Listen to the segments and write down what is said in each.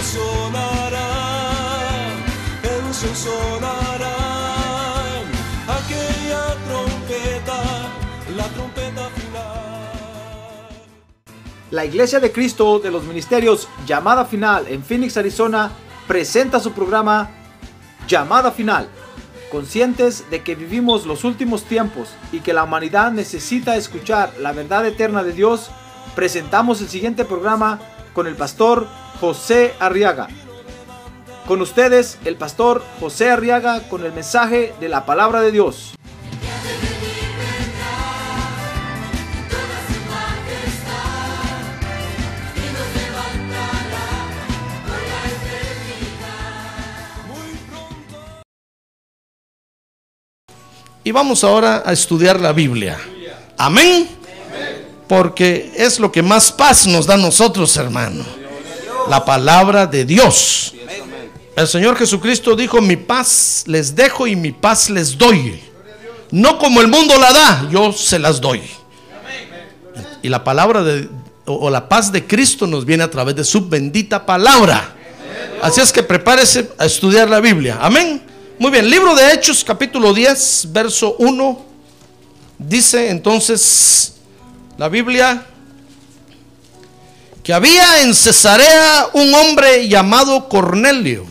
sonará aquella trompeta, la trompeta final. La Iglesia de Cristo de los Ministerios Llamada Final en Phoenix, Arizona, presenta su programa Llamada Final. Conscientes de que vivimos los últimos tiempos y que la humanidad necesita escuchar la verdad eterna de Dios, presentamos el siguiente programa con el pastor José Arriaga. Con ustedes, el pastor José Arriaga, con el mensaje de la palabra de Dios. Y vamos ahora a estudiar la Biblia. Amén. Porque es lo que más paz nos da a nosotros, hermano. La palabra de Dios. El Señor Jesucristo dijo: mi paz les dejo y mi paz les doy. No como el mundo la da, yo se las doy. Y la palabra o la paz de Cristo nos viene a través de su bendita palabra. Así es que prepárese a estudiar la Biblia. Amén. Muy bien, libro de Hechos, capítulo 10, verso 1. Dice entonces la Biblia que había en Cesarea un hombre llamado Cornelio,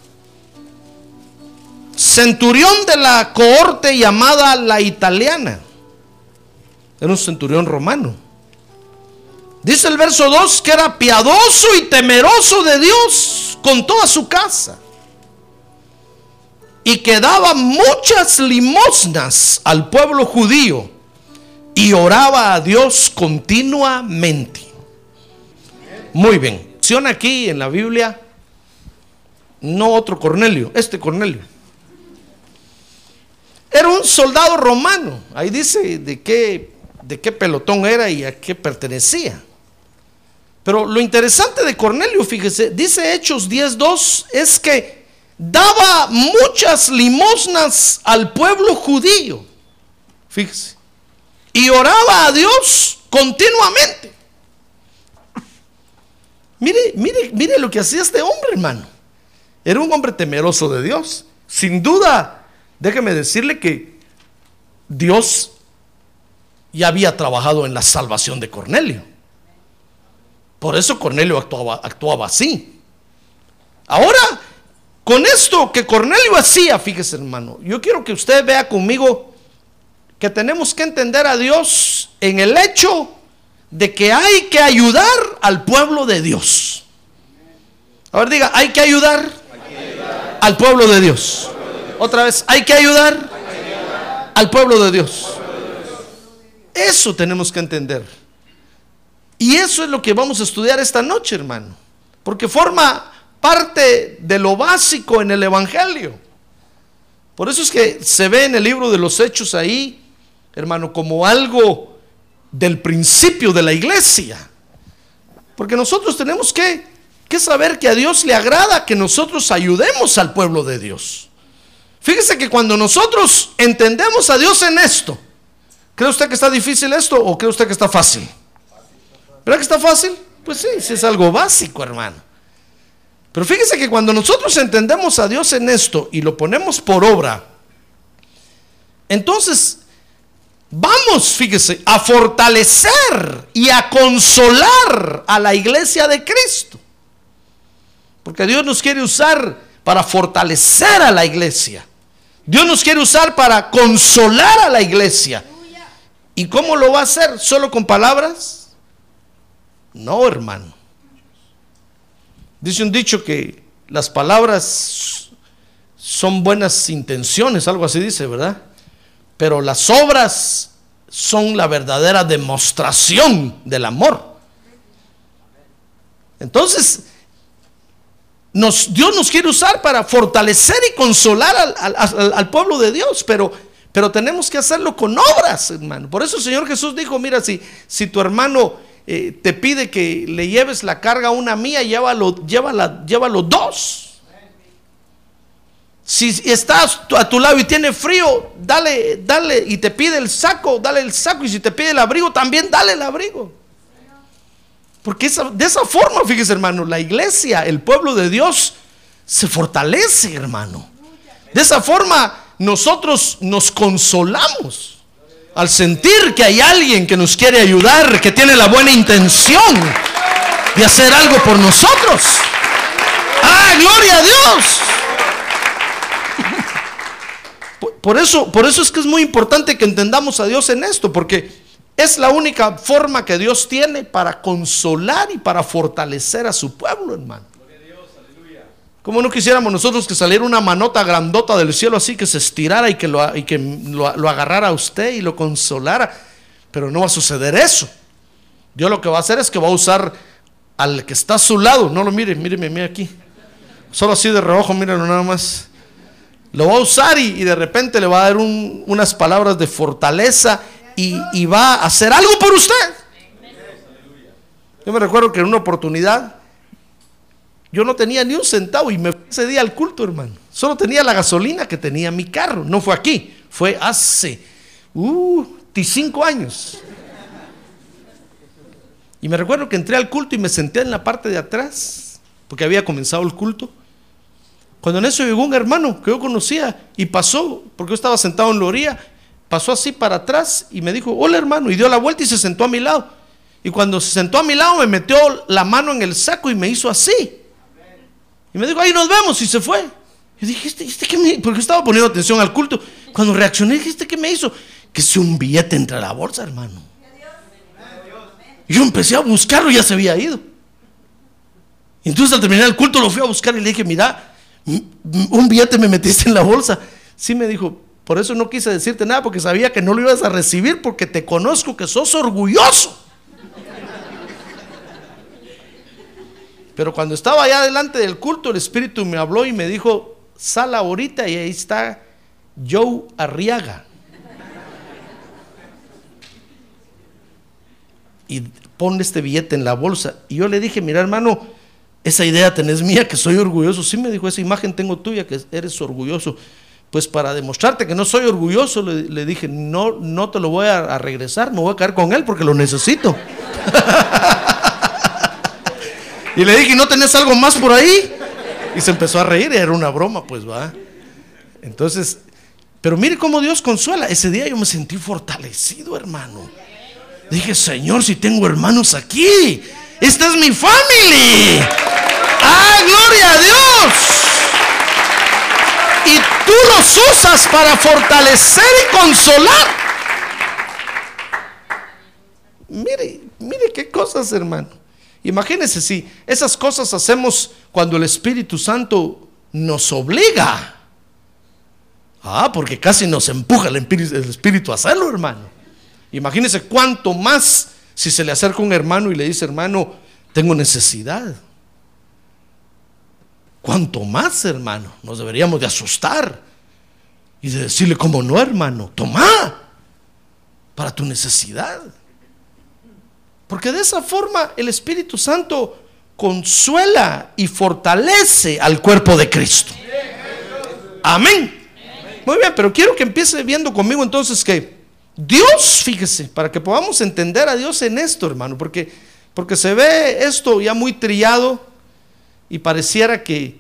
centurión de la cohorte llamada la Italiana. Era un centurión romano. Dice el verso 2 que era piadoso y temeroso de Dios con toda su casa, y que daba muchas limosnas al pueblo judío y oraba a Dios continuamente. Muy bien, menciona aquí en la Biblia no otro Cornelio, este Cornelio. Era un soldado romano. Ahí dice de qué pelotón era y a qué pertenecía. Pero lo interesante de Cornelio, fíjese, dice Hechos 10:2, es que daba muchas limosnas al pueblo judío. Fíjese. Y oraba a Dios continuamente. Mire lo que hacía este hombre, hermano. Era un hombre temeroso de Dios. Sin duda, déjeme decirle que Dios ya había trabajado en la salvación de Cornelio. Por eso Cornelio actuaba así. Ahora, con esto que Cornelio hacía, fíjese, hermano, yo quiero que usted vea conmigo que tenemos que entender a Dios en el hecho de que hay que ayudar al pueblo de Dios. A ver, diga, hay que ayudar al pueblo de Dios. Otra vez, hay que ayudar al pueblo de Dios. Eso tenemos que entender. Y eso es lo que vamos a estudiar esta noche, hermano, porque forma parte de lo básico en el evangelio. Por eso es que se ve en el libro de los Hechos ahí, hermano, como algo del principio de la iglesia. Porque nosotros tenemos que saber que a Dios le agrada que nosotros ayudemos al pueblo de Dios. Fíjese que cuando nosotros entendemos a Dios en esto, ¿cree usted que está difícil esto o cree usted que está fácil? ¿Verdad que está fácil? Pues sí, es algo básico, hermano. Pero fíjese que cuando nosotros entendemos a Dios en esto y lo ponemos por obra, entonces vamos, fíjese, a fortalecer y a consolar a la iglesia de Cristo. Porque Dios nos quiere usar para fortalecer a la iglesia. Dios nos quiere usar para consolar a la iglesia. ¿Y cómo lo va a hacer? ¿Solo con palabras? No, hermano. Dice un dicho que las palabras son buenas intenciones, algo así dice, ¿verdad? Pero las obras son la verdadera demostración del amor. Entonces, Dios nos quiere usar para fortalecer y consolar al pueblo de Dios, pero tenemos que hacerlo con obras, hermano. Por eso el Señor Jesús dijo: mira, si tu hermano te pide que le lleves la carga a una mía, llévalo dos. Si estás a tu lado y tiene frío, dale, y te pide el saco, dale el saco, y si te pide el abrigo, también dale el abrigo. Porque de esa forma, fíjese, hermano, la iglesia, el pueblo de Dios, se fortalece, hermano. De esa forma nosotros nos consolamos al sentir que hay alguien que nos quiere ayudar, que tiene la buena intención de hacer algo por nosotros. ¡Ah, gloria a Dios! Por eso es que es muy importante que entendamos a Dios en esto, porque es la única forma que Dios tiene para consolar y para fortalecer a su pueblo, hermano. Como no quisiéramos nosotros que saliera una manota grandota del cielo así, que se estirara y que lo agarrara a usted y lo consolara, pero no va a suceder eso. Dios lo que va a hacer es que va a usar al que está a su lado. No lo mire, mire aquí, solo así de reojo, mírenlo nada más. Lo va a usar y de repente le va a dar unas palabras de fortaleza y va a hacer algo por usted. Yo me recuerdo que en una oportunidad yo no tenía ni un centavo y me fui ese día al culto, hermano. Solo tenía la gasolina que tenía mi carro. No fue aquí, fue hace 5 años. Y me recuerdo que entré al culto y me senté en la parte de atrás, porque había comenzado el culto. Cuando en eso llegó un hermano que yo conocía y pasó, porque yo estaba sentado en la orilla, pasó así para atrás y me dijo: hola, hermano, y dio la vuelta y se sentó a mi lado. Y cuando se sentó a mi lado me metió la mano en el saco y me hizo así. Y me dijo: ahí nos vemos, y se fue. Y dije: ¿este qué me...? Porque estaba poniendo atención al culto. Cuando reaccioné dije: ¿este qué me hizo? Que es un billete entre la bolsa, hermano. Y yo empecé a buscarlo y ya se había ido. Y entonces al terminar el culto lo fui a buscar y le dije: mira, un billete me metiste en la bolsa. Sí, me dijo: por eso no quise decirte nada, porque sabía que no lo ibas a recibir, porque te conozco que sos orgulloso. Pero cuando estaba allá delante del culto, el Espíritu me habló y me dijo: sal ahorita, y ahí está Joe Arriaga, y pon este billete en la bolsa. Y yo le dije: mira, hermano, esa idea tenés mía, que soy orgulloso. Sí, me dijo: esa imagen tengo tuya, que eres orgulloso. Pues para demostrarte que no soy orgulloso, le dije: no te lo voy a regresar, me voy a quedar con él porque lo necesito. Y le dije: ¿no tenés algo más por ahí? Y se empezó a reír, era una broma, pues va. Entonces, pero mire cómo Dios consuela. Ese día yo me sentí fortalecido, hermano. Dije: Señor, si tengo hermanos aquí, esta es mi family. ¡Ah, gloria a Dios! Y tú los usas para fortalecer y consolar. Mire qué cosas, hermano. Imagínense si esas cosas hacemos cuando el Espíritu Santo nos obliga. Porque casi nos empuja el Espíritu a hacerlo, hermano. Imagínense cuánto más si se le acerca un hermano y le dice: hermano, tengo necesidad. Cuánto más, hermano, nos deberíamos de asustar y de decirle: ¿cómo no, hermano? Toma para tu necesidad. Porque de esa forma el Espíritu Santo consuela y fortalece al cuerpo de Cristo. Amén. Muy bien, pero quiero que empiece viendo conmigo entonces que Dios, fíjese, para que podamos entender a Dios en esto, hermano, porque se ve esto ya muy trillado y pareciera que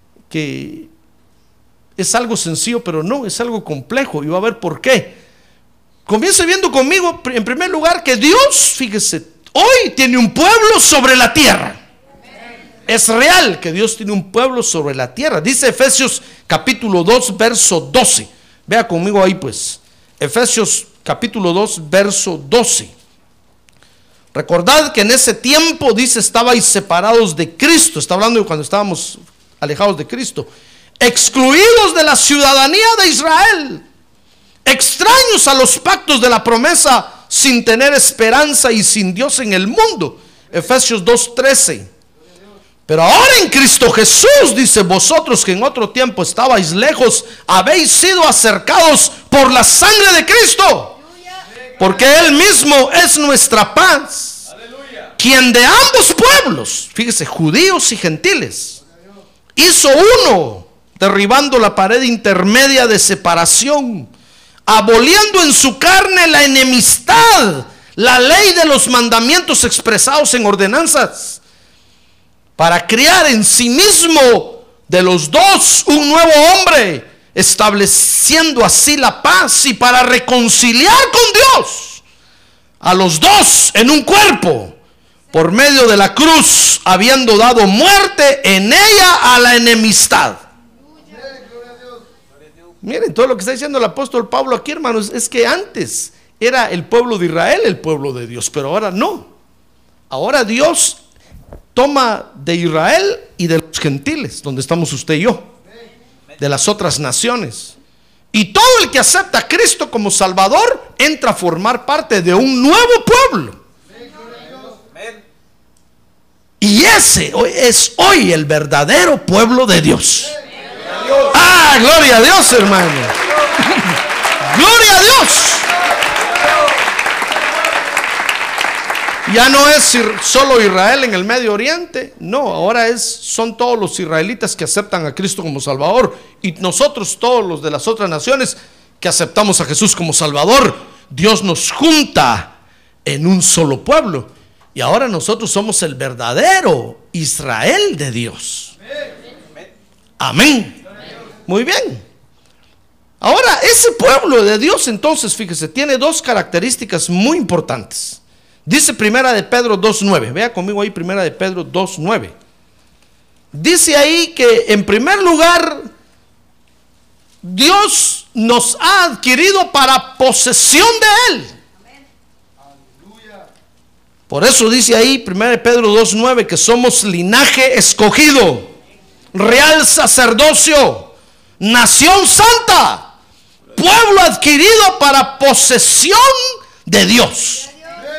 es algo sencillo, pero no, es algo complejo, y va a ver por qué. Comience viendo conmigo, en primer lugar, que Dios, fíjese, hoy tiene un pueblo sobre la tierra. Es real que Dios tiene un pueblo sobre la tierra. Dice Efesios capítulo 2 verso 12. Vea conmigo ahí pues. Efesios capítulo 2 verso 12. Recordad que en ese tiempo, dice, estabais separados de Cristo. Está hablando de cuando estábamos alejados de Cristo, excluidos de la ciudadanía de Israel, extraños a los pactos de la promesa, sin tener esperanza y sin Dios en el mundo. Efesios 2:13. Pero ahora en Cristo Jesús, dice, vosotros que en otro tiempo estabais lejos, habéis sido acercados por la sangre de Cristo, porque Él mismo es nuestra paz, quien de ambos pueblos, fíjese, judíos y gentiles, hizo uno, derribando la pared intermedia de separación, aboliendo en su carne la enemistad, La ley de los mandamientos expresados en ordenanzas, para crear en sí mismo de los dos un nuevo hombre, estableciendo así la paz, y para reconciliar con Dios a los dos en un cuerpo, por medio de la cruz, habiendo dado muerte en ella a la enemistad. Miren todo lo que está diciendo el apóstol Pablo aquí, hermanos, es que antes era el pueblo de Israel el pueblo de Dios, pero ahora no. Ahora Dios toma de Israel y de los gentiles, donde estamos usted y yo, de las otras naciones. Y todo el que acepta a Cristo como Salvador entra a formar parte de un nuevo pueblo. Y ese es hoy el verdadero pueblo de Dios. Ah, gloria a Dios, hermano. Gloria a Dios. Ya no es solo Israel en el Medio Oriente, no, ahora son todos los israelitas que aceptan a Cristo como Salvador, y nosotros todos los de las otras naciones que aceptamos a Jesús como Salvador. Dios nos junta en un solo pueblo, y ahora nosotros somos el verdadero Israel de Dios. Amén. Muy bien. Ahora, ese pueblo de Dios, entonces, fíjese, tiene dos características muy importantes. Dice Primera de Pedro 2:9. Vea conmigo ahí Primera de Pedro 2:9. Dice ahí que en primer lugar Dios nos ha adquirido para posesión de Él. Por eso dice ahí Primera de Pedro 2:9 que somos linaje escogido, real sacerdocio, nación santa, pueblo adquirido para posesión de Dios.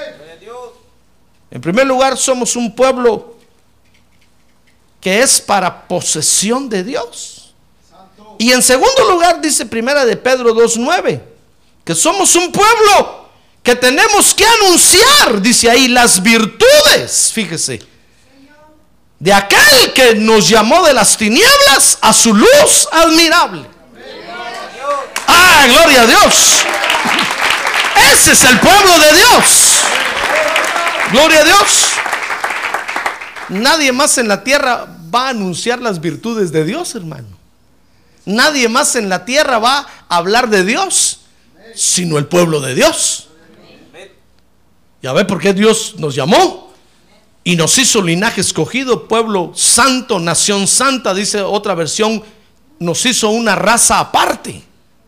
En primer lugar, somos un pueblo que es para posesión de Dios. Y en segundo lugar, dice Primera de Pedro 2:9, que somos un pueblo que tenemos que anunciar, dice ahí, las virtudes, fíjese, de aquel que nos llamó de las tinieblas a su luz admirable. Ah, gloria a Dios. Ese es el pueblo de Dios. Gloria a Dios. Nadie más en la tierra va a anunciar las virtudes de Dios, hermano. Nadie más en la tierra va a hablar de Dios, sino el pueblo de Dios. Ya ve por qué Dios nos llamó y nos hizo linaje escogido, pueblo santo, nación santa. Dice otra versión, nos hizo una raza aparte.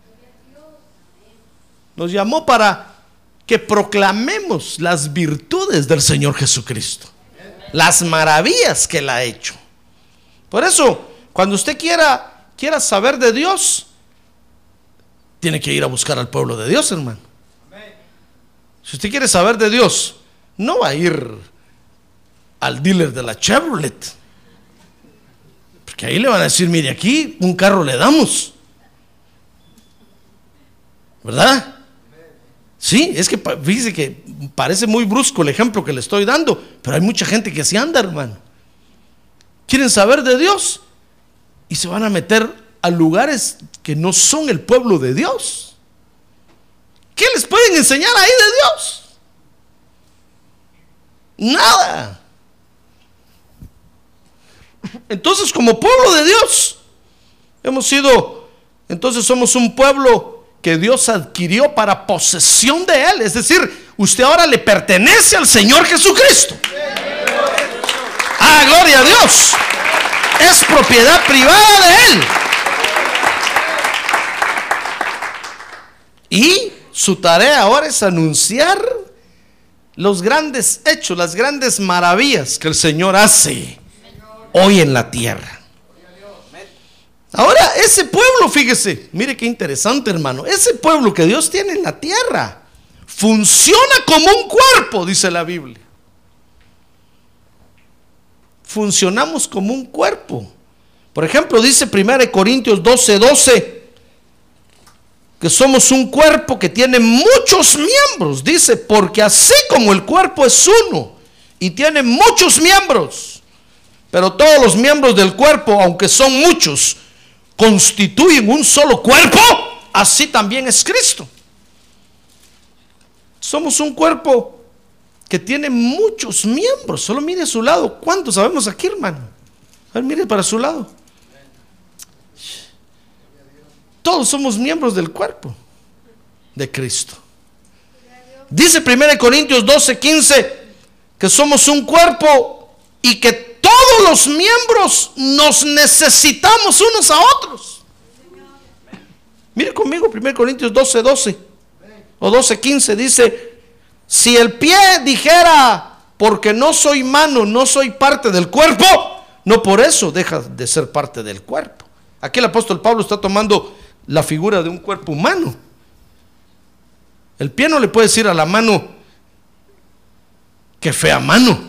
Nos llamó para que proclamemos las virtudes del Señor Jesucristo, las maravillas que Él ha hecho. Por eso, cuando usted quiera saber de Dios, tiene que ir a buscar al pueblo de Dios, hermano. Si usted quiere saber de Dios, no va a ir al dealer de la Chevrolet, porque ahí le van a decir, mire, aquí un carro le damos, ¿verdad? Sí, es que fíjese que parece muy brusco el ejemplo que le estoy dando, pero hay mucha gente que así anda, hermano. Quieren saber de Dios y se van a meter a lugares que no son el pueblo de Dios. ¿Qué les pueden enseñar ahí de Dios? Nada. Entonces, como pueblo de Dios, entonces somos un pueblo que Dios adquirió para posesión de Él. Es decir, usted ahora le pertenece al Señor Jesucristo. Ah, gloria a Dios. Es propiedad privada de Él. Y su tarea ahora es anunciar los grandes hechos, las grandes maravillas que el Señor hace hoy en la tierra. Ahora, ese pueblo, fíjese, mire qué interesante, hermano. Ese pueblo que Dios tiene en la tierra funciona como un cuerpo, dice la Biblia. Funcionamos como un cuerpo. Por ejemplo, dice 1 Corintios 12:12 que somos un cuerpo que tiene muchos miembros. Dice, porque así como el cuerpo es uno y tiene muchos miembros, pero todos los miembros del cuerpo, aunque son muchos, constituyen un solo cuerpo, así también es Cristo. Somos un cuerpo que tiene muchos miembros. Solo mire a su lado. ¿Cuántos sabemos aquí, hermano? A ver, mire para su lado. Todos somos miembros del cuerpo de Cristo. Dice 1 Corintios 12:15 que somos un cuerpo y que todos los miembros nos necesitamos unos a otros. Mire conmigo 1 Corintios 12:12 o 12:15. Dice: si el pie dijera, porque no soy mano, no soy parte del cuerpo, no por eso deja de ser parte del cuerpo. Aquí el apóstol Pablo está tomando la figura de un cuerpo humano. El pie no le puede decir a la mano: qué fea mano.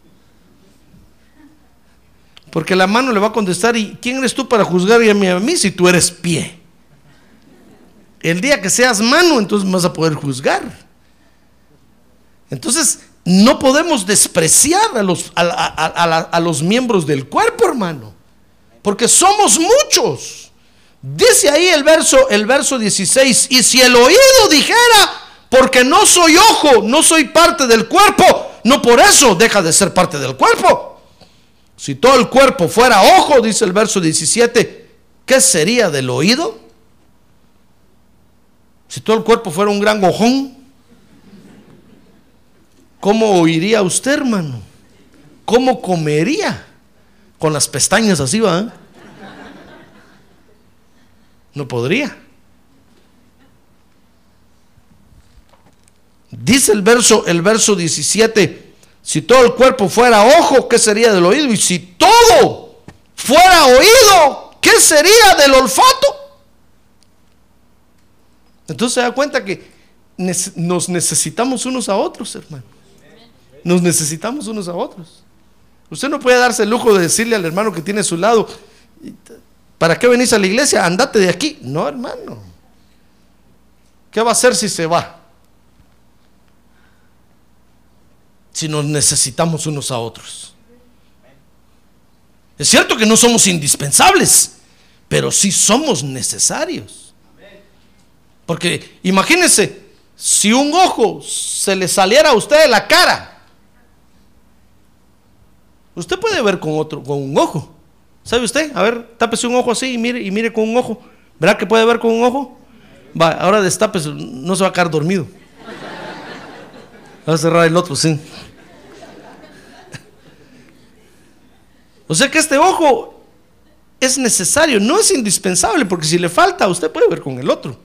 Porque la mano le va a contestar: ¿y quién eres tú para juzgarme a mí si tú eres pie? El día que seas mano, entonces me vas a poder juzgar. Entonces no podemos despreciar a los miembros del cuerpo, hermano, porque somos muchos. Dice ahí el verso 16: y si el oído dijera, porque no soy ojo, no soy parte del cuerpo, no por eso deja de ser parte del cuerpo. Si todo el cuerpo fuera ojo, dice el verso 17, ¿qué sería del oído? Si todo el cuerpo fuera un gran ojón, ¿cómo oiría usted, hermano? ¿Cómo comería? Con las pestañas así, ¿va? No podría. Dice el verso 17: si todo el cuerpo fuera ojo, ¿qué sería del oído? Y si todo fuera oído, ¿qué sería del olfato? Entonces se da cuenta que nos necesitamos unos a otros, hermano. Nos necesitamos unos a otros. Usted no puede darse el lujo de decirle al hermano que tiene a su lado: ¿para qué venís a la iglesia? Andate de aquí. No, hermano. ¿Qué va a hacer si se va? Si nos necesitamos unos a otros. Es cierto que no somos indispensables, pero sí somos necesarios. Porque imagínense, si un ojo se le saliera a usted de la cara, usted puede ver con un ojo. ¿Sabe usted? A ver, tápese un ojo así y mire con un ojo. ¿Verdad que puede ver con un ojo? Va, ahora destápese, no se va a quedar dormido. Va a cerrar el otro, sí. O sea que este ojo es necesario, no es indispensable, porque si le falta, usted puede ver con el otro.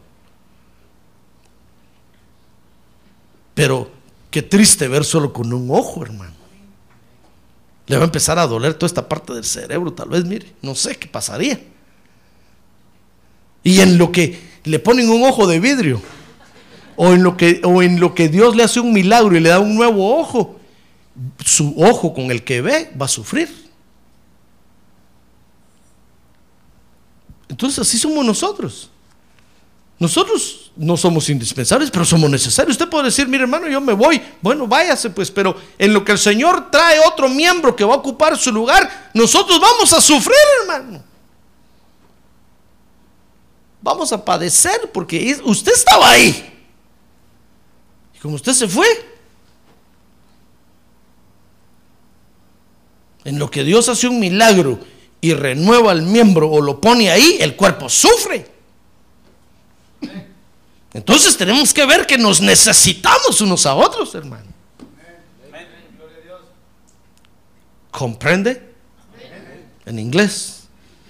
Pero qué triste ver solo con un ojo, hermano. Le va a empezar a doler toda esta parte del cerebro, tal vez, mire, no sé qué pasaría. Y en lo que le ponen un ojo de vidrio, o en lo que Dios le hace un milagro y le da un nuevo ojo, su ojo con el que ve va a sufrir. Entonces así somos nosotros. Nosotros no somos indispensables, pero somos necesarios. Usted puede decir: mire, hermano, yo me voy. Bueno, váyase pues, pero en lo que el Señor trae otro miembro que va a ocupar su lugar, nosotros vamos a sufrir, hermano. Vamos a padecer, porque usted estaba ahí. Y como usted se fue, en lo que Dios hace un milagro y renueva al miembro o lo pone ahí, el cuerpo sufre. Entonces tenemos que ver que nos necesitamos unos a otros, hermano. ¿Comprende? En inglés.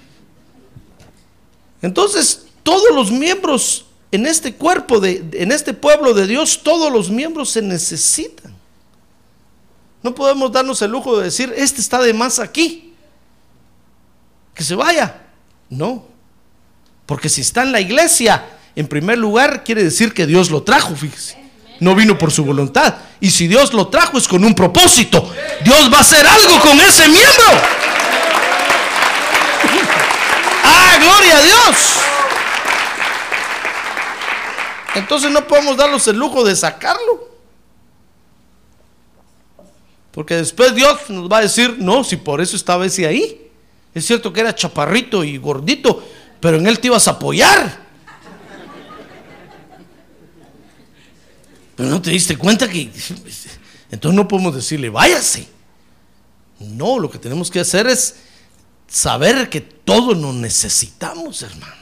Entonces todos los miembros en este cuerpo, en este pueblo de Dios, todos los miembros se necesitan. No podemos darnos el lujo de decir: este está de más aquí, que se vaya. No, porque si está en la iglesia, en primer lugar quiere decir que Dios lo trajo, fíjese. No vino por su voluntad. Y si Dios lo trajo es con un propósito. Dios va a hacer algo con ese miembro. ¡Ah, gloria a Dios! Entonces no podemos darnos el lujo de sacarlo, porque después Dios nos va a decir: no, si por eso estaba ese ahí. Es cierto que era chaparrito y gordito, pero en él te ibas a apoyar. Pero no te diste cuenta que Entonces no podemos decirle, váyase. No, lo que tenemos que hacer es saber que todos nos necesitamos, hermano.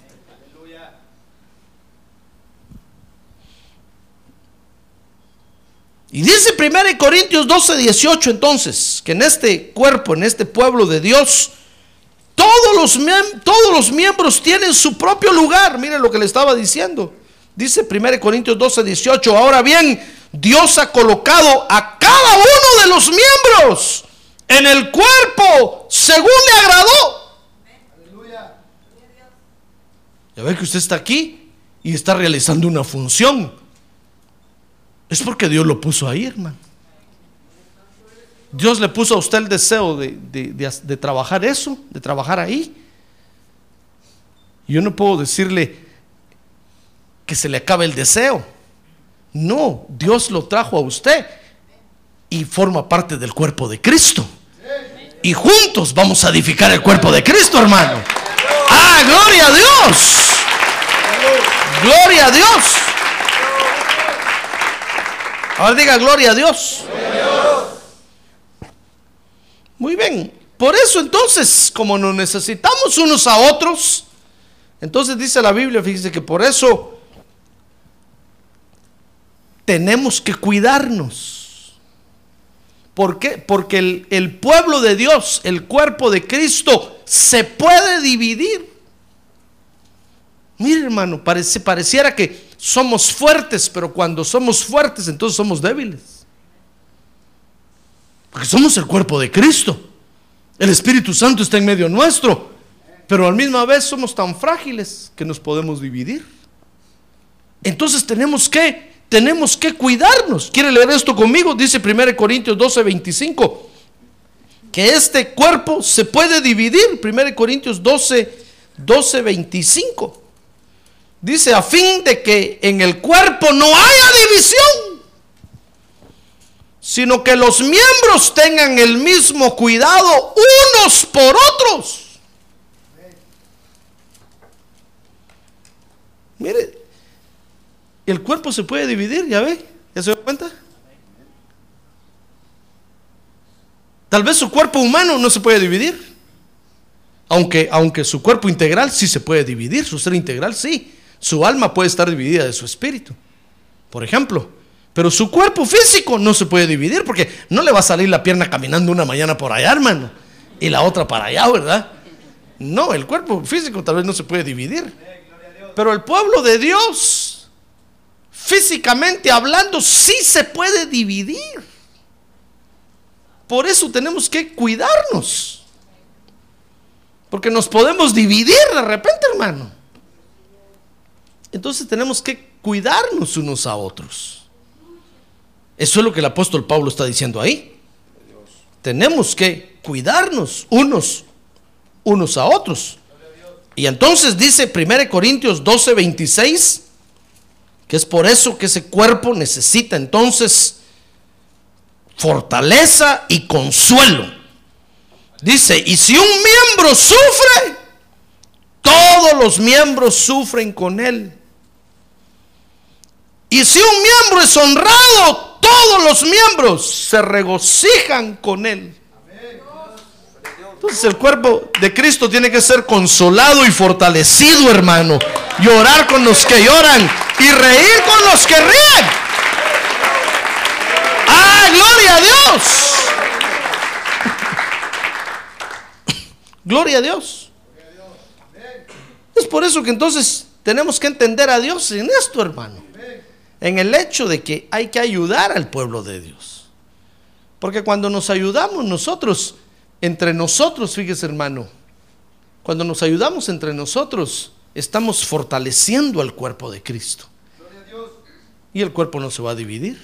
Y dice 1 Corintios 12:18 entonces, que en este cuerpo, en este pueblo de Dios, todos los miembros tienen su propio lugar. Miren lo que le estaba diciendo. Dice 1 Corintios 12:18, ahora bien, Dios ha colocado a cada uno de los miembros en el cuerpo según le agradó. Aleluya. Ya ve que usted está aquí y está realizando una función. Es porque Dios lo puso ahí, hermano. Dios le puso a usted el deseo de trabajar eso, de trabajar ahí. Yo no puedo decirle que se le acabe el deseo. No, Dios lo trajo a usted y forma parte del cuerpo de Cristo. Y juntos vamos a edificar el cuerpo de Cristo, hermano. ¡Ah, gloria a Dios! ¡Gloria a Dios! Ahora diga gloria a Dios. Muy bien. Por eso entonces, como nos necesitamos unos a otros, entonces dice la Biblia, fíjese que por eso tenemos que cuidarnos. ¿Por qué? Porque el pueblo de Dios, el cuerpo de Cristo, se puede dividir. Mire, hermano, pareciera que somos fuertes, pero cuando somos fuertes, entonces somos débiles. Porque somos el cuerpo de Cristo. El Espíritu Santo está en medio nuestro, pero a la misma vez somos tan frágiles que nos podemos dividir. Entonces tenemos que cuidarnos. ¿Quiere leer esto conmigo? Dice 1 Corintios 12:25 que este cuerpo se puede dividir. 1 Corintios 12:25 dice, a fin de que en el cuerpo no haya división, sino que los miembros tengan el mismo cuidado unos por otros. Mire, el cuerpo se puede dividir, ¿ya ve? ¿Ya se da cuenta? Tal vez su cuerpo humano no se puede dividir, aunque su cuerpo integral sí se puede dividir, su ser integral sí. Su alma puede estar dividida de su espíritu, por ejemplo. Pero su cuerpo físico no se puede dividir, porque no le va a salir la pierna caminando una mañana por allá, hermano, y la otra para allá, ¿verdad? No, el cuerpo físico tal vez no se puede dividir. Pero el pueblo de Dios, físicamente hablando, sí se puede dividir. Por eso tenemos que cuidarnos, porque nos podemos dividir de repente, hermano. Entonces tenemos que cuidarnos unos a otros. Eso es lo que el apóstol Pablo está diciendo ahí. Tenemos que cuidarnos unos a otros. Y entonces dice 1 Corintios 12:26 que es por eso que ese cuerpo necesita entonces fortaleza y consuelo. Dice, y si un miembro sufre, todos los miembros sufren con él. Y si un miembro es honrado, todos los miembros se regocijan con él. Entonces el cuerpo de Cristo tiene que ser consolado y fortalecido, hermano. Llorar con los que lloran y reír con los que ríen. ¡Ah, gloria a Dios! Gloria a Dios. Es por eso que entonces tenemos que entender a Dios en esto, hermano. En el hecho de que hay que ayudar al pueblo de Dios. Porque cuando nos ayudamos nosotros, entre nosotros, fíjese, hermano, cuando nos ayudamos entre nosotros, estamos fortaleciendo al cuerpo de Cristo. Y el cuerpo no se va a dividir.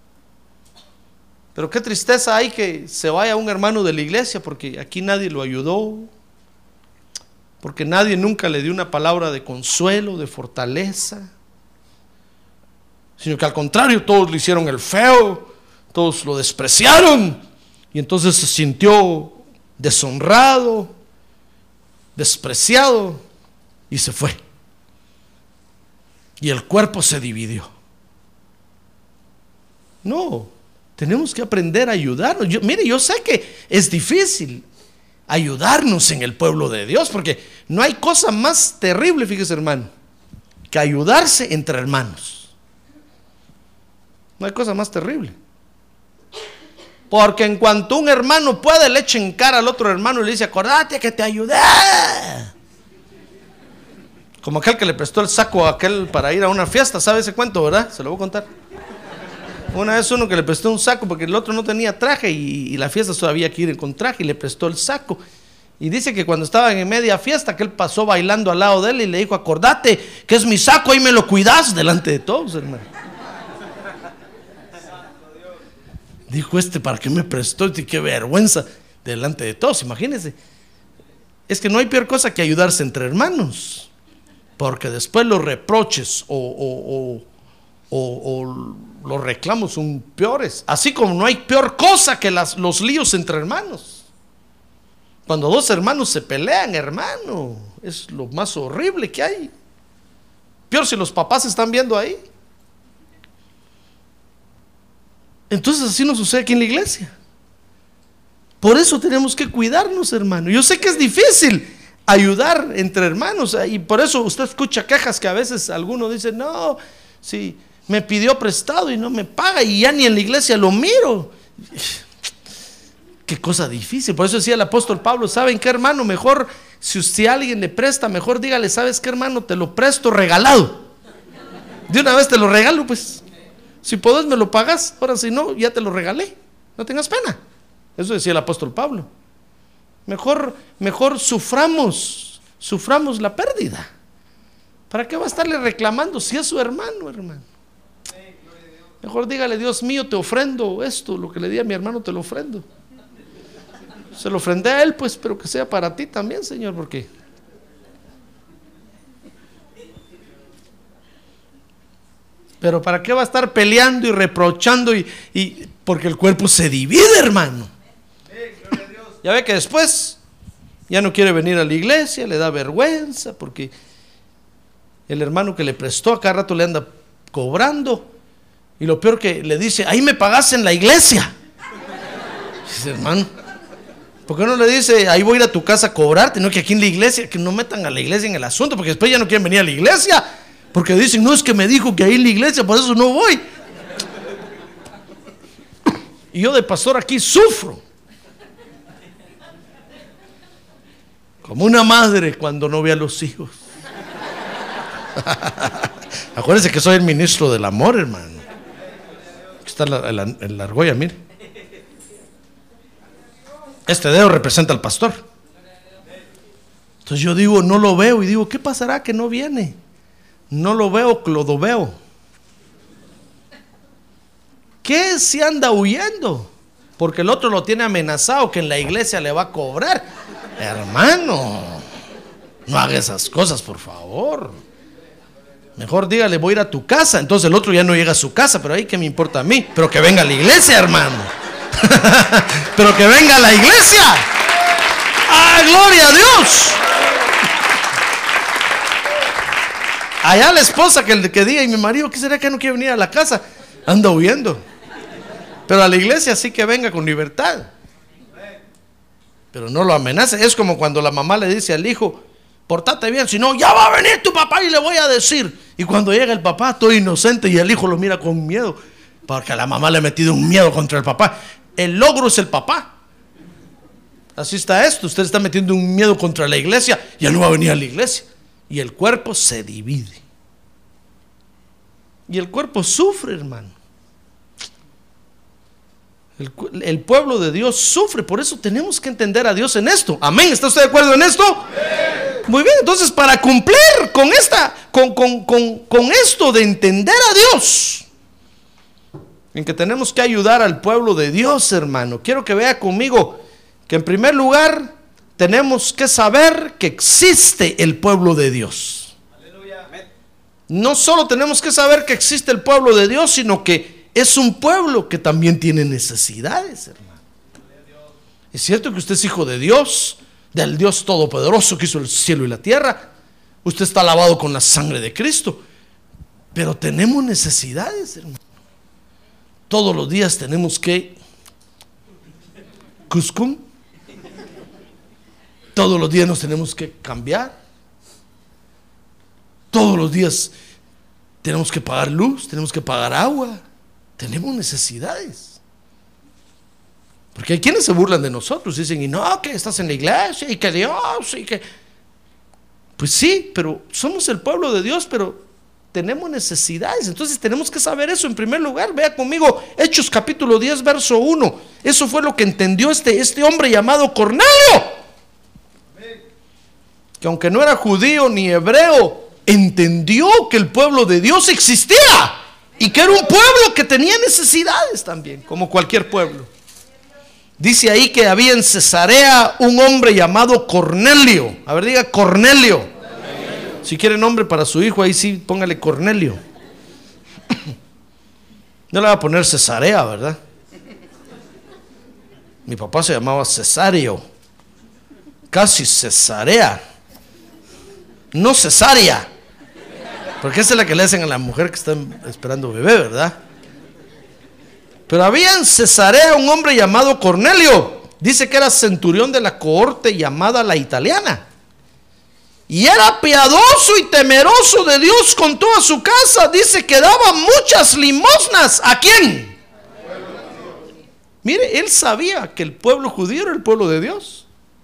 Pero qué tristeza hay que se vaya un hermano de la iglesia porque aquí nadie lo ayudó, porque nadie nunca le dio una palabra de consuelo, de fortaleza, sino que al contrario, todos le hicieron el feo, todos lo despreciaron, y entonces se sintió deshonrado, despreciado, y se fue. Y el cuerpo se dividió. No, Tenemos que aprender a ayudarnos. Mire, yo sé que es difícil ayudarnos en el pueblo de Dios, porque no hay cosa más terrible, fíjese hermano, que ayudarse entre hermanos. No hay cosa más terrible. Porque en cuanto un hermano puede, le echa en cara al otro hermano y le dice: acordate que te ayudé. Como aquel que le prestó el saco a aquel para ir a una fiesta. ¿Sabe ese cuento, verdad? Se lo voy a contar. Una vez uno que le prestó un saco porque el otro no tenía traje y la fiesta solo había que ir con traje, y le prestó el saco. Y dice que cuando estaban en media fiesta, que él pasó bailando al lado de él y le dijo: acordate que es mi saco, ahí me lo cuidas, delante de todos, hermano. Dijo: ¿para qué me prestó? Y qué vergüenza, delante de todos, imagínense. Es que no hay peor cosa que ayudarse entre hermanos, porque después los reproches o los reclamos son peores. Así como no hay peor cosa que los líos entre hermanos. Cuando dos hermanos se pelean, hermano, es lo más horrible que hay. Peor si los papás están viendo ahí. Entonces así nos sucede aquí en la iglesia. Por eso tenemos que cuidarnos, hermano. Yo sé que es difícil ayudar entre hermanos, y por eso usted escucha quejas que a veces alguno dice: no, si me pidió prestado y no me paga, y ya ni en la iglesia lo miro. Qué cosa difícil. Por eso decía el apóstol Pablo: ¿saben qué, hermano? Mejor, si usted a alguien le presta, mejor dígale: ¿sabes qué, hermano? Te lo presto regalado. De una vez te lo regalo, pues. Si podés me lo pagas, ahora si no, ya te lo regalé, no tengas pena. Eso decía el apóstol Pablo. Mejor suframos la pérdida. ¿Para qué va a estarle reclamando si es su hermano? Mejor dígale: Dios mío, te ofrendo esto, lo que le di a mi hermano te lo ofrendo. Se lo ofrendé a él, pues, pero que sea para ti también, Señor, porque pero ¿para qué va a estar peleando y reprochando? Porque el cuerpo se divide, hermano. Ya ve que después ya no quiere venir a la iglesia, le da vergüenza, porque el hermano que le prestó a cada rato le anda cobrando, y lo peor que le dice: ahí me pagas en la iglesia. Dice: hermano, ¿por qué no le dice: ahí voy a ir a tu casa a cobrarte? No, que aquí en la iglesia, que no metan a la iglesia en el asunto, porque después ya no quieren venir a la iglesia. Porque dicen: no, es que me dijo que ahí en la iglesia, por eso no voy. Y yo de pastor aquí sufro como una madre cuando no ve a los hijos. Acuérdense que soy el ministro del amor, hermano. Aquí está la argolla, mire. Este dedo representa al pastor. Entonces yo digo: no lo veo, y digo: ¿qué pasará que no viene? No lo veo, clodoveo. ¿Qué si anda huyendo? Porque el otro lo tiene amenazado que en la iglesia le va a cobrar. Hermano, no haga esas cosas, por favor. Mejor dígale: voy a ir a tu casa. Entonces el otro ya no llega a su casa, pero ahí qué me importa a mí. Pero que venga a la iglesia, hermano. Pero que venga a la iglesia. ¡Ah, gloria a Dios! Allá la esposa que diga: y mi marido, ¿qué será que no quiere venir a la casa? Anda huyendo. Pero a la iglesia sí que venga con libertad. Pero no lo amenace. Es como cuando la mamá le dice al hijo: portate bien, si no, ya va a venir tu papá y le voy a decir. Y cuando llega el papá, todo inocente, y el hijo lo mira con miedo, porque a la mamá le ha metido un miedo contra el papá. El logro es el papá. Así está esto. Usted está metiendo un miedo contra la iglesia, ya no va a venir a la iglesia. Y el cuerpo se divide. Y el cuerpo sufre, hermano. El pueblo de Dios sufre. Por eso tenemos que entender a Dios en esto. Amén. ¿Está usted de acuerdo en esto? Sí. Muy bien. Entonces, para cumplir con esto de entender a Dios, en que tenemos que ayudar al pueblo de Dios, hermano, quiero que vea conmigo que en primer lugar tenemos que saber que existe el pueblo de Dios. Aleluya. No solo tenemos que saber que existe el pueblo de Dios, sino que es un pueblo que también tiene necesidades, hermano. Es cierto que usted es hijo de Dios, del Dios Todopoderoso que hizo el cielo y la tierra. Usted está lavado con la sangre de Cristo, pero tenemos necesidades, hermano. todos los días tenemos que Cuscum, todos los días nos tenemos que cambiar, todos los días tenemos que pagar luz, tenemos que pagar agua, tenemos necesidades. Porque hay quienes se burlan de nosotros, dicen, y no, que estás en la iglesia, y que Dios, y que... Pues sí, pero somos el pueblo de Dios, pero tenemos necesidades. Entonces tenemos que saber eso en primer lugar. Vea conmigo Hechos capítulo 10 verso 1. Eso fue lo que entendió este hombre llamado Cornelio, que aunque no era judío ni hebreo, entendió que el pueblo de Dios existía y que era un pueblo que tenía necesidades también, como cualquier pueblo. Dice ahí que había en Cesarea un hombre llamado Cornelio. A ver, diga Cornelio. Si quiere nombre para su hijo, ahí sí, póngale Cornelio. No le va a poner Cesarea, ¿verdad? Mi papá se llamaba Cesario. Casi Cesarea. No cesárea. Porque esa es la que le hacen a la mujer que está esperando bebé, ¿verdad? Pero había en Cesarea un hombre llamado Cornelio. Dice que era centurión de la cohorte llamada la italiana. Y era piadoso y temeroso de Dios con toda su casa. Dice que daba muchas limosnas. ¿A quién? Mire, él sabía que el pueblo judío era el pueblo de Dios.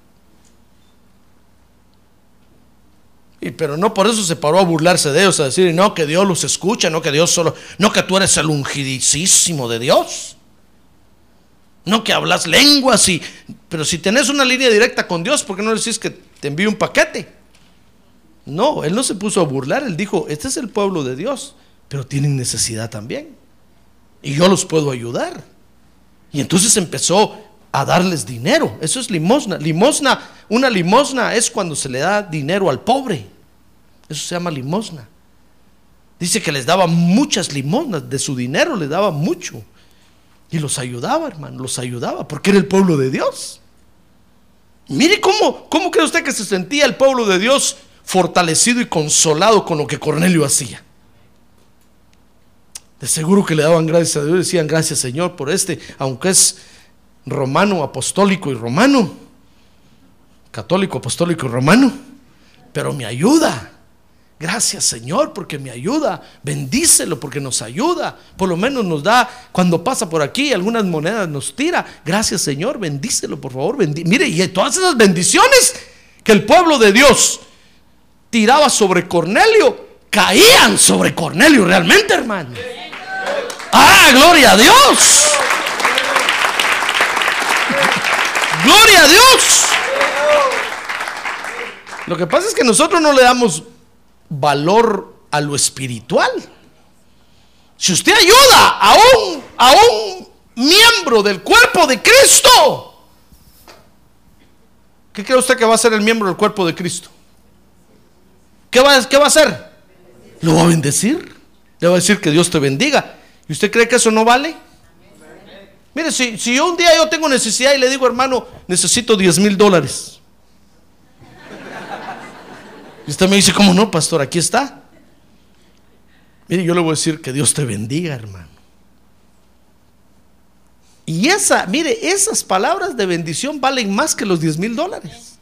Pero no por eso se paró a burlarse de ellos, a decir, no, que Dios los escucha, no que Dios solo, no que tú eres el ungidísimo de Dios, no que hablas lenguas, pero si tenés una línea directa con Dios, ¿por qué no decís que te envíe un paquete? No, él no se puso a burlar, él dijo, este es el pueblo de Dios, pero tienen necesidad también, y yo los puedo ayudar. Y entonces empezó a darles dinero. Eso es limosna. Una limosna es cuando se le da dinero al pobre. Eso se llama limosna. Dice que les daba muchas limosnas, de su dinero les daba mucho. Y los ayudaba, hermano, los ayudaba, porque era el pueblo de Dios. Mire cómo cree usted que se sentía el pueblo de Dios fortalecido y consolado con lo que Cornelio hacía. De seguro que le daban gracias a Dios, decían gracias Señor por aunque es romano, apostólico y romano, católico, apostólico y romano, pero me ayuda. Gracias Señor porque me ayuda, bendícelo porque nos ayuda, por lo menos nos da, cuando pasa por aquí algunas monedas nos tira. Gracias Señor, bendícelo por favor, mire, y todas esas bendiciones que el pueblo de Dios tiraba sobre Cornelio, caían sobre Cornelio realmente, hermano. ¡Ah, gloria a Dios! ¡Gloria a Dios! Lo que pasa es que nosotros no le damos valor a lo espiritual. Si usted ayuda a un miembro del cuerpo de Cristo, ¿qué cree usted que va a hacer el miembro del cuerpo de Cristo? ¿Qué va a hacer? Lo va a bendecir. Le va a decir que Dios te bendiga. ¿Y usted cree que eso no vale? Mire, si un día yo tengo necesidad y le digo, hermano, necesito $10,000. Y usted me dice, ¿cómo no, pastor? Aquí está. Mire, yo le voy a decir que Dios te bendiga, hermano. Y esas palabras de bendición valen más que los $10,000.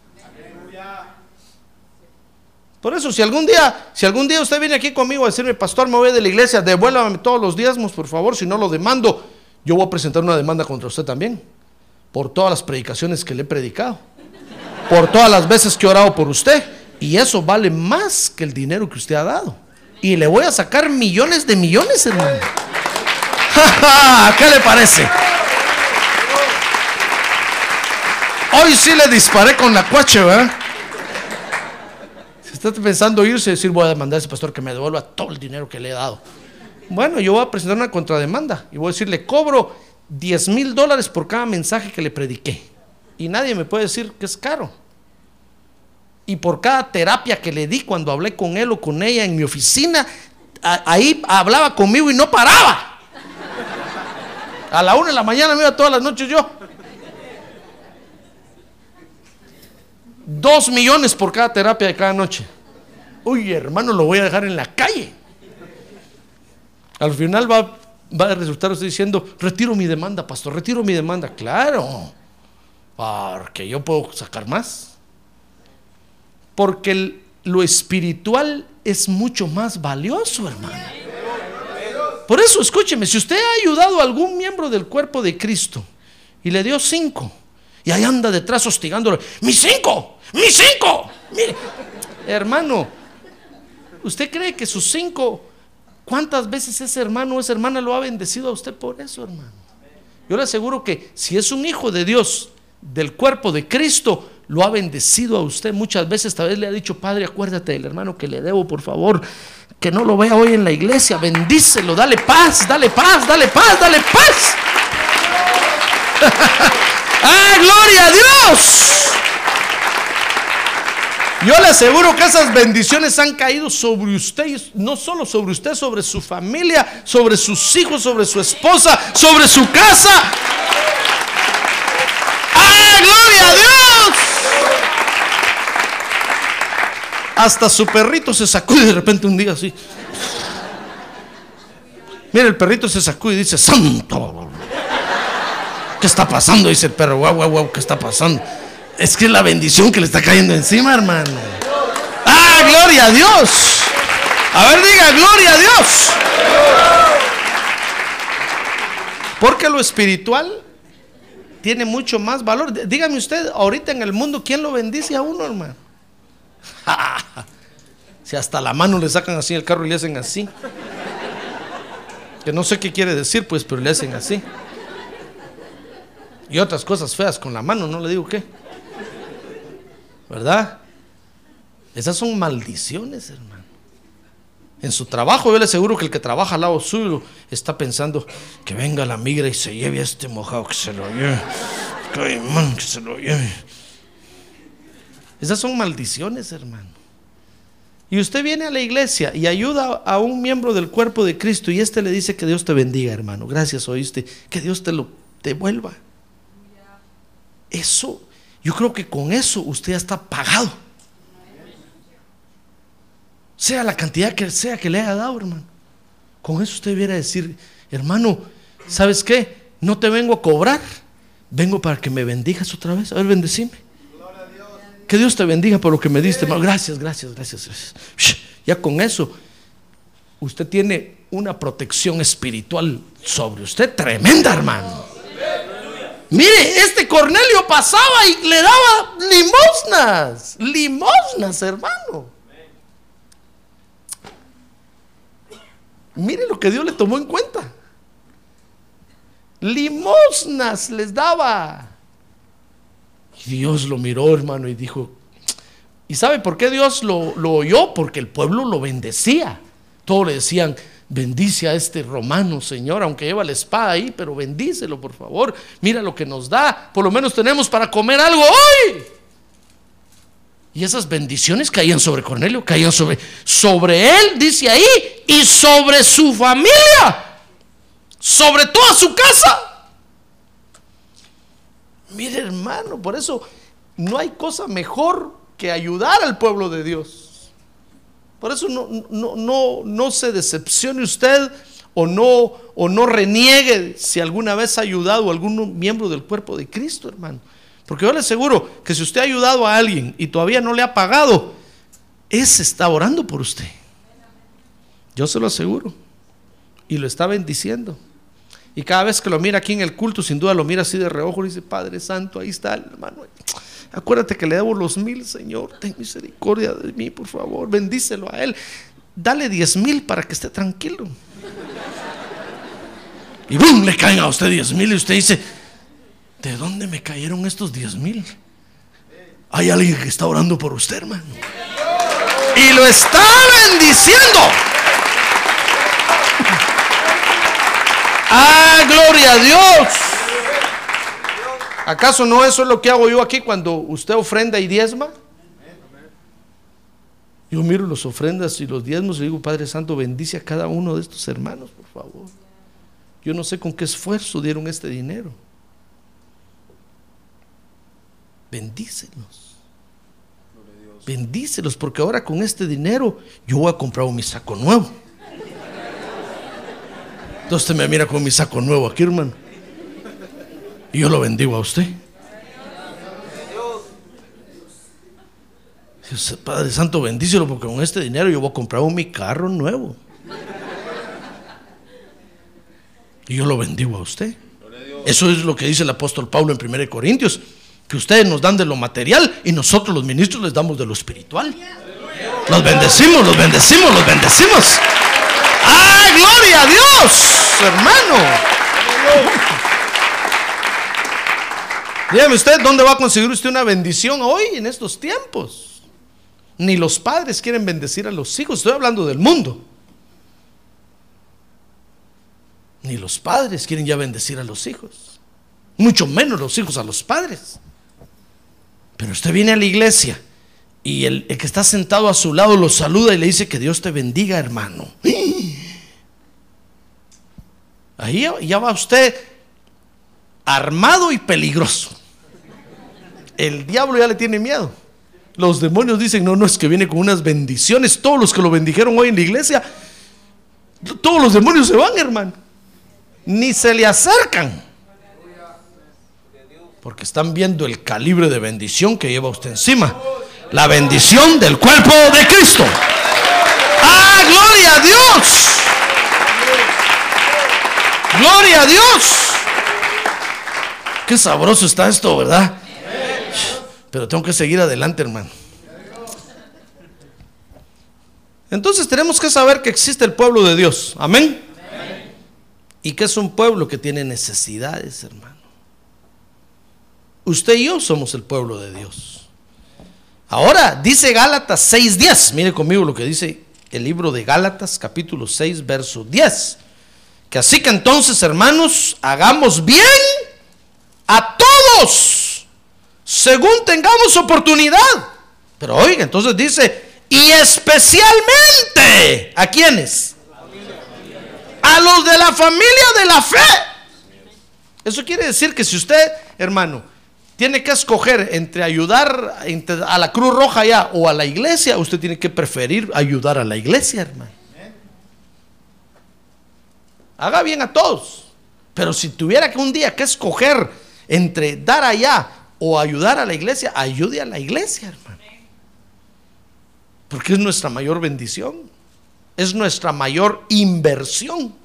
Por eso, si algún día usted viene aquí conmigo a decirme, pastor, me voy de la iglesia, devuélvame todos los diezmos, por favor, si no lo demando. Yo voy a presentar una demanda contra usted también, por todas las predicaciones que le he predicado, por todas las veces que he orado por usted, y eso vale más que el dinero que usted ha dado. Y le voy a sacar millones de millones, hermano. ¿Qué le parece? Hoy sí le disparé con la cuache, ¿verdad? Si está pensando irse y decir, voy a demandar a ese pastor que me devuelva todo el dinero que le he dado. Bueno, yo voy a presentar una contrademanda y voy a decir, le cobro $10,000 por cada mensaje que le prediqué. Y nadie me puede decir que es caro. Y por cada terapia que le di cuando hablé con él o con ella en mi oficina, ahí hablaba conmigo y no paraba. A la 1 de la mañana me iba todas las noches yo. 2 millones por cada terapia de cada noche. Uy, hermano, lo voy a dejar en la calle. Al final va a resultar usted diciendo: retiro mi demanda, pastor, retiro mi demanda. Claro, porque yo puedo sacar más. Porque lo espiritual es mucho más valioso, hermano. Por eso, escúcheme, si usted ha ayudado a algún miembro del cuerpo de Cristo y le dio 5, y ahí anda detrás hostigándole: ¡mis 5! ¡mis 5! Mire, hermano, ¿usted cree que sus 5, cuántas veces ese hermano o esa hermana lo ha bendecido a usted por eso, hermano? Yo le aseguro que si es un hijo de Dios, del cuerpo de Cristo, lo ha bendecido a usted muchas veces. Tal vez le ha dicho: padre, acuérdate del hermano que le debo, por favor, que no lo vea hoy en la iglesia, bendícelo, dale paz, dale paz, dale paz, dale paz. ¡Ah, gloria a Dios! Yo le aseguro que esas bendiciones han caído sobre usted, y no solo sobre usted, sobre su familia, sobre sus hijos, sobre su esposa, sobre su casa. ¡Ah, gloria a Dios! Hasta su perrito se sacude de repente un día así. Mira, el perrito se sacude y dice: santo, ¿qué está pasando? Dice el perro: guau, guau, guau, ¿qué está pasando? Es que es la bendición que le está cayendo encima, hermano. ¡Ah, gloria a Dios! A ver, diga: gloria a Dios. Porque lo espiritual tiene mucho más valor. Dígame usted, ahorita en el mundo, ¿quién lo bendice a uno, hermano? Si hasta la mano le sacan así el carro y le hacen así, que no sé qué quiere decir, pues, pero le hacen así. Y otras cosas feas con la mano, no le digo qué, ¿verdad? Esas son maldiciones, hermano. En su trabajo, yo le aseguro que el que trabaja al lado suyo está pensando: que venga la migra y se lleve a este mojado, que se lo lleve, que se lo lleve. Esas son maldiciones, hermano. Y usted viene a la iglesia y ayuda a un miembro del cuerpo de Cristo, y le dice: que Dios te bendiga, hermano, gracias, oíste, que Dios te lo devuelva. Eso, yo creo que con eso usted ya está pagado, sea la cantidad que sea que le haya dado, hermano. Con eso usted debiera decir: hermano, ¿sabes qué? No te vengo a cobrar, vengo para que me bendigas otra vez. A ver, bendecime. Que Dios te bendiga por lo que me diste, hermano. Gracias, gracias, gracias, gracias. Ya con eso usted tiene una protección espiritual sobre usted tremenda, hermano. Mire, este Cornelio pasaba y le daba limosnas, limosnas, hermano. Mire lo que Dios le tomó en cuenta. Limosnas les daba. Y Dios lo miró, hermano, y dijo: ¿y sabe por qué Dios lo oyó? Porque el pueblo lo bendecía. Todos le decían: bendice a este romano, Señor, aunque lleva la espada ahí, pero bendícelo, por favor. Mira lo que nos da, por lo menos tenemos para comer algo hoy. Y esas bendiciones caían sobre Cornelio, caían sobre él, dice ahí, y sobre su familia, sobre toda su casa. Mire, hermano, por eso no hay cosa mejor que ayudar al pueblo de Dios. Por eso no se decepcione usted, o no reniegue si alguna vez ha ayudado a algún miembro del cuerpo de Cristo, hermano. Porque yo le aseguro que si usted ha ayudado a alguien y todavía no le ha pagado, ese está orando por usted. Yo se lo aseguro. Y lo está bendiciendo. Y cada vez que lo mira aquí en el culto, sin duda lo mira así de reojo y dice: Padre Santo, ahí está el hermano. Acuérdate que le debo los 1,000, Señor. Ten misericordia de mí, por favor. Bendícelo a él. Dale 10,000 para que esté tranquilo. Y ¡bum! Le caen a usted 10,000 y usted dice: ¿de dónde me cayeron estos 10,000? Hay alguien que está orando por usted, hermano. Y lo está bendiciendo. ¡Ah, gloria a Dios! ¿Acaso no eso es lo que hago yo aquí cuando usted ofrenda y diezma? Yo miro las ofrendas y los diezmos y digo: Padre Santo, bendice a cada uno de estos hermanos, por favor. Yo no sé con qué esfuerzo dieron este dinero. Bendícelos. Bendícelos, porque ahora con este dinero yo voy a comprar mi saco nuevo. Entonces usted me mira con mi saco nuevo aquí, hermano. Y yo lo bendigo a usted. Dios, Padre Santo, bendícelo, porque con este dinero yo voy a comprar mi carro nuevo. Y yo lo bendigo a usted. Eso es lo que dice el apóstol Pablo en 1 Corintios, que ustedes nos dan de lo material y nosotros los ministros les damos de lo espiritual. Los bendecimos, los bendecimos, los bendecimos. ¡Ah, gloria a Dios, hermano! Dígame usted, ¿dónde va a conseguir usted una bendición hoy en estos tiempos? Ni los padres quieren bendecir a los hijos. Estoy hablando del mundo. Ni los padres quieren ya bendecir a los hijos, mucho menos los hijos a los padres. Pero usted viene a la iglesia y el que está sentado a su lado lo saluda y le dice: que Dios te bendiga, hermano. Ahí ya va usted armado y peligroso. El diablo ya le tiene miedo. Los demonios dicen: no, es que viene con unas bendiciones. Todos los que lo bendijeron hoy en la iglesia, todos los demonios se van, hermano. Ni se le acercan, porque están viendo el calibre de bendición que lleva usted encima. La bendición del cuerpo de Cristo. ¡Ah, gloria a Dios! ¡Gloria a Dios! Qué sabroso está esto, ¿verdad? Pero tengo que seguir adelante, hermano. Entonces tenemos que saber que existe el pueblo de Dios. Amén. Y que es un pueblo que tiene necesidades, hermano. Usted y yo somos el pueblo de Dios. Ahora dice Gálatas 6:10. Mire conmigo lo que dice el libro de Gálatas, capítulo 6, verso 10. Que así que entonces, hermanos, hagamos bien a todos, según tengamos oportunidad. Pero oiga, entonces dice: y especialmente, ¿a quiénes? A los de la familia de la fe. Eso quiere decir que si usted, hermano, tiene que escoger entre ayudar a la Cruz Roja allá o a la iglesia, usted tiene que preferir ayudar a la iglesia, hermano. Haga bien a todos. Pero si tuviera que un día que escoger entre dar allá o ayudar a la iglesia, ayude a la iglesia, hermano. Porque es nuestra mayor bendición. Es nuestra mayor inversión.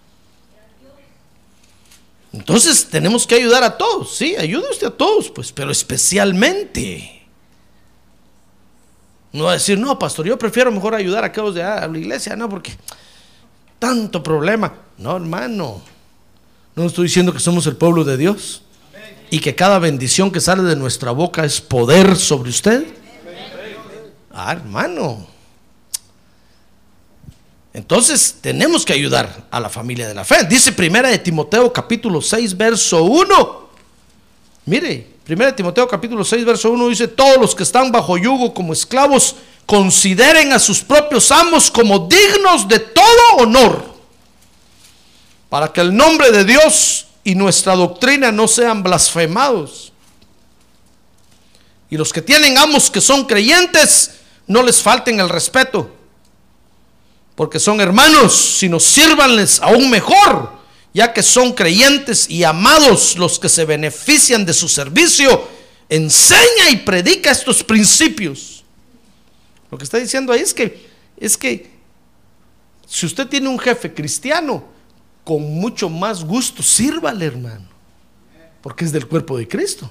Entonces tenemos que ayudar a todos. Sí, ayude usted a todos, pues, pero especialmente. No va a decir: no, pastor, yo prefiero mejor ayudar a aquellos de la iglesia. No, porque tanto problema. No, hermano, no estoy diciendo que somos el pueblo de Dios y que cada bendición que sale de nuestra boca es poder sobre usted. Ah, hermano. Entonces tenemos que ayudar a la familia de la fe. Dice 1 de Timoteo capítulo 6 verso 1. Mire, 1 de Timoteo capítulo 6 verso 1 dice: todos los que están bajo yugo como esclavos consideren a sus propios amos como dignos de todo honor, para que el nombre de Dios y nuestra doctrina no sean blasfemados. Y los que tienen amos que son creyentes, no les falten el respeto, porque son hermanos, sino sírvanles aún mejor, ya que son creyentes y amados los que se benefician de su servicio. Enseña y predica estos principios. Lo que está diciendo ahí es que si usted tiene un jefe cristiano, con mucho más gusto sírvale, hermano, porque es del cuerpo de Cristo.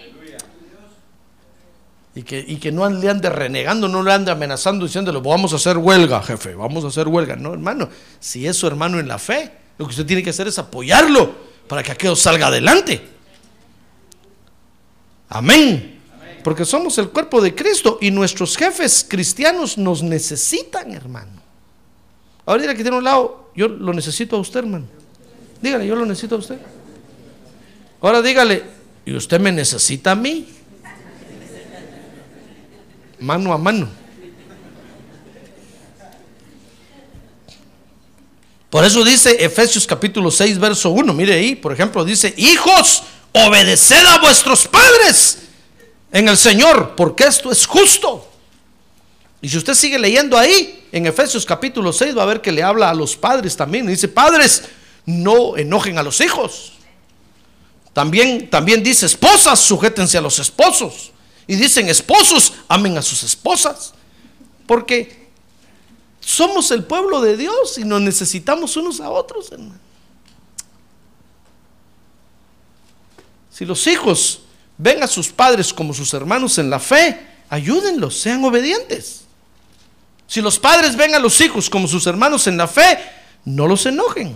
Y que no le ande renegando, no le ande amenazando diciéndole: vamos a hacer huelga, jefe, vamos a hacer huelga. No, hermano, si es su hermano en la fe, lo que usted tiene que hacer es apoyarlo para que aquello salga adelante. Amén. Porque somos el cuerpo de Cristo y nuestros jefes cristianos nos necesitan, hermano. Ahora dígale que tiene un lado: yo lo necesito a usted, hermano. Dígale: yo lo necesito a usted. Ahora dígale: y usted me necesita a mí. Mano a mano. Por eso dice Efesios capítulo 6 verso 1. Mire ahí, por ejemplo, dice: hijos, obedeced a vuestros padres en el Señor, porque esto es justo. Y si usted sigue leyendo ahí en Efesios capítulo 6, va a ver que le habla a los padres también. Dice: padres, no enojen a los hijos. También dice, esposas, sujétense a los esposos. Y dicen, esposos, amen a sus esposas. Porque somos el pueblo de Dios y nos necesitamos unos a otros, hermano. Si los hijos ven a sus padres como sus hermanos en la fe, ayúdenlos, sean obedientes. Si los padres ven a los hijos como sus hermanos en la fe, no los enojen.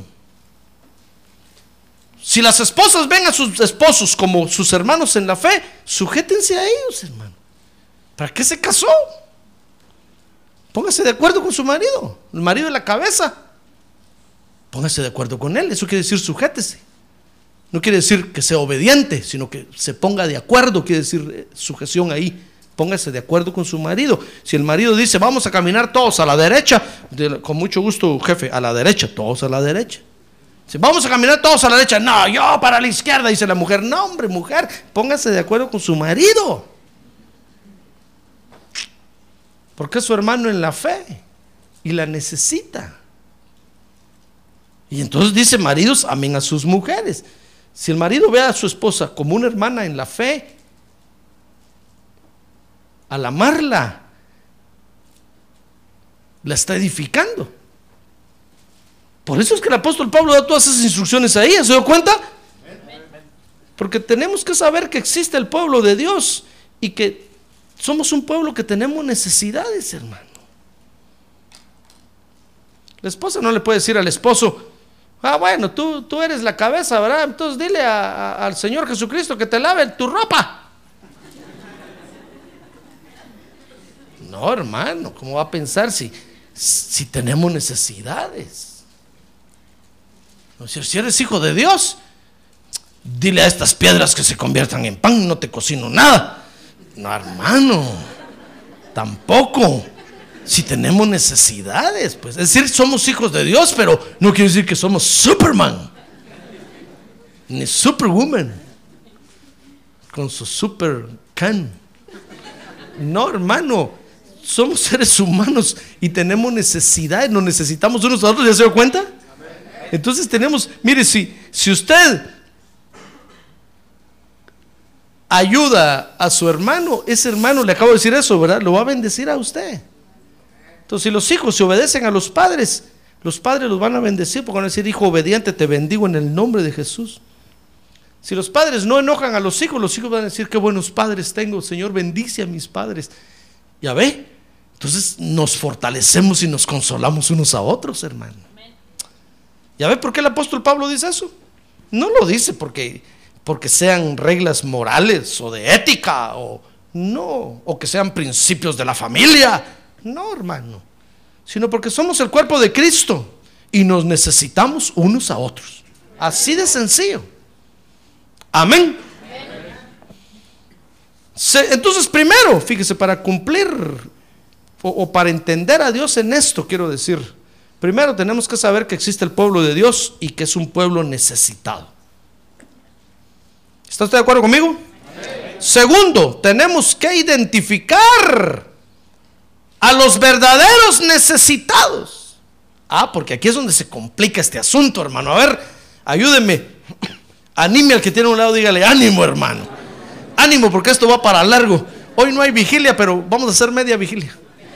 Si las esposas ven a sus esposos como sus hermanos en la fe, sujétense a ellos, hermano. ¿Para qué se casó? Póngase de acuerdo con su marido. El marido es la cabeza. Póngase de acuerdo con él. Eso quiere decir sujétese. No quiere decir que sea obediente, sino que se ponga de acuerdo, quiere decir sujeción ahí. Póngase de acuerdo con su marido. Si el marido dice, vamos a caminar todos a la derecha, con mucho gusto, jefe, a la derecha, todos a la derecha. Si vamos a caminar todos a la derecha, no, yo para la izquierda, dice la mujer. No, hombre, mujer, póngase de acuerdo con su marido. Porque es su hermano en la fe y la necesita. Y entonces dice, maridos, amen a sus mujeres. Si el marido ve a su esposa como una hermana en la fe, al amarla, la está edificando. Por eso es que el apóstol Pablo da todas esas instrucciones ahí. ¿Se dio cuenta? Porque tenemos que saber que existe el pueblo de Dios y que somos un pueblo que tenemos necesidades, hermano. La esposa no le puede decir al esposo, bueno, tú eres la cabeza, ¿verdad? Entonces dile al Señor Jesucristo que te lave tu ropa. No, hermano, ¿cómo va a pensar si tenemos necesidades? Si eres hijo de Dios, dile a estas piedras que se conviertan en pan, no te cocino nada. No, hermano, tampoco. Si tenemos necesidades, pues, es decir, somos hijos de Dios, pero no quiere decir que somos Superman ni Superwoman con su super can. No, hermano, somos seres humanos y tenemos necesidades, nos necesitamos unos a otros. ¿Ya se dio cuenta? Entonces tenemos, mire, si usted ayuda a su hermano, ese hermano, le acabo de decir eso, ¿verdad? Lo va a bendecir a usted. Entonces, si los hijos se obedecen a los padres los van a bendecir porque van a decir, hijo obediente, te bendigo en el nombre de Jesús. Si los padres no enojan a los hijos van a decir, qué buenos padres tengo, Señor, bendice a mis padres. Ya ve, entonces nos fortalecemos y nos consolamos unos a otros, hermano. ¿Ya ve por qué el apóstol Pablo dice eso? No lo dice porque sean reglas morales o de ética o que sean principios de la familia. No, hermano, sino porque somos el cuerpo de Cristo y nos necesitamos unos a otros. Así de sencillo. Amén. Entonces, primero, fíjese, para cumplir o para entender a Dios en esto, quiero decir, primero tenemos que saber que existe el pueblo de Dios y que es un pueblo necesitado. ¿Está usted de acuerdo conmigo? Amén. Segundo, tenemos que identificar a los verdaderos necesitados. Porque aquí es donde se complica este asunto, hermano. A ver, ayúdeme, anime al que tiene a un lado, dígale, ánimo, hermano. Ánimo, porque esto va para largo. Hoy no hay vigilia, pero vamos a hacer media vigilia.